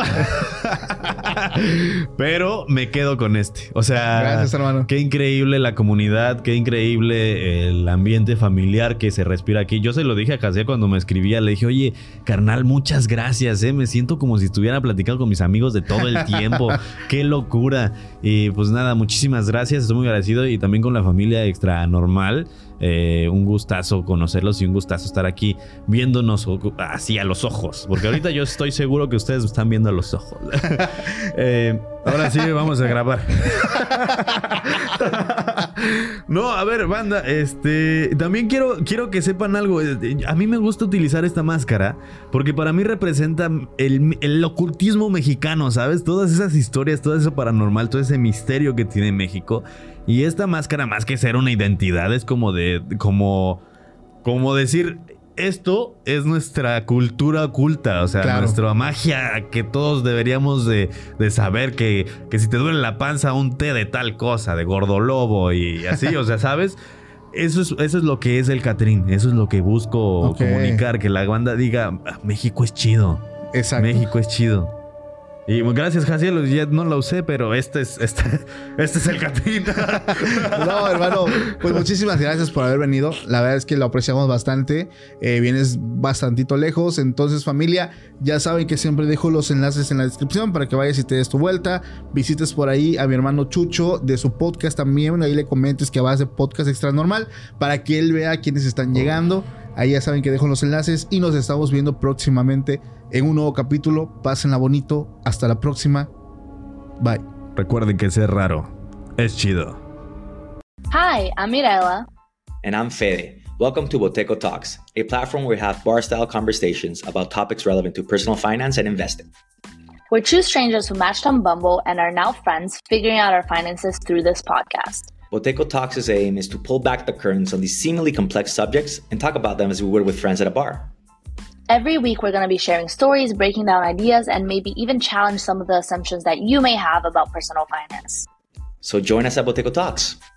[SPEAKER 1] Pero me quedo con este. O sea,
[SPEAKER 2] gracias, hermano.
[SPEAKER 1] Qué increíble la comunidad, qué increíble el ambiente familiar que se respira aquí. Yo se lo dije a Jaciel cuando me escribía, le dije, oye, carnal, muchas gracias, ¿eh? Me siento como si estuviera platicando con mis amigos de todo el tiempo. Qué locura. Y pues nada, muchísimas gracias, estoy muy agradecido y también con la familia Extra Normal. Eh, un gustazo conocerlos y un gustazo estar aquí viéndonos así a los ojos. Porque ahorita yo estoy seguro que ustedes me están viendo a los ojos. eh, ahora sí vamos a grabar. No, a ver, banda, este también quiero, quiero que sepan algo. A mí me gusta utilizar esta máscara porque para mí representa el, el ocultismo mexicano, ¿sabes? Todas esas historias, todo eso paranormal, todo ese misterio que tiene México. Y esta máscara, más que ser una identidad, es como de, como, como decir, esto es nuestra cultura oculta, o sea, claro. Nuestra magia que todos deberíamos de, de saber que, que si te duele la panza, un té de tal cosa, de gordolobo y así, o sea, ¿sabes? Eso es, eso es lo que es el Catrín, eso es lo que busco okay. comunicar, que la banda diga, México es chido.
[SPEAKER 2] Exacto.
[SPEAKER 1] México es chido. Y gracias, Jaciel, ya no la usé, pero este es, este, este es el Catrín.
[SPEAKER 2] No, hermano, pues muchísimas gracias por haber venido. La verdad es que lo apreciamos bastante. Eh, vienes bastantito lejos. Entonces, familia, ya saben que siempre dejo los enlaces en la descripción para que vayas y te des tu vuelta. Visites por ahí a mi hermano Chucho de su podcast también. Ahí le comentes que vas de Podcast Extra Normal para que él vea quiénes están llegando. Ahí ya saben que dejo los enlaces y nos estamos viendo próximamente en un nuevo capítulo. Pásenla bonito. Hasta la próxima. Bye.
[SPEAKER 1] Recuerden que ser raro es chido.
[SPEAKER 3] Hi, I'm Mirella.
[SPEAKER 4] And I'm Fede. Welcome to Boteco Talks, a platform where we have bar-style conversations about topics relevant to personal finance and investing.
[SPEAKER 3] We're two strangers who matched on Bumble and are now friends, figuring out our finances through this podcast.
[SPEAKER 4] Boteco Talks' aim is to pull back the curtains on these seemingly complex subjects and talk about them as we would with friends at a bar.
[SPEAKER 3] Every week, we're going to be sharing stories, breaking down ideas, and maybe even challenge some of the assumptions that you may have about personal finance.
[SPEAKER 4] So join us at Boteco Talks.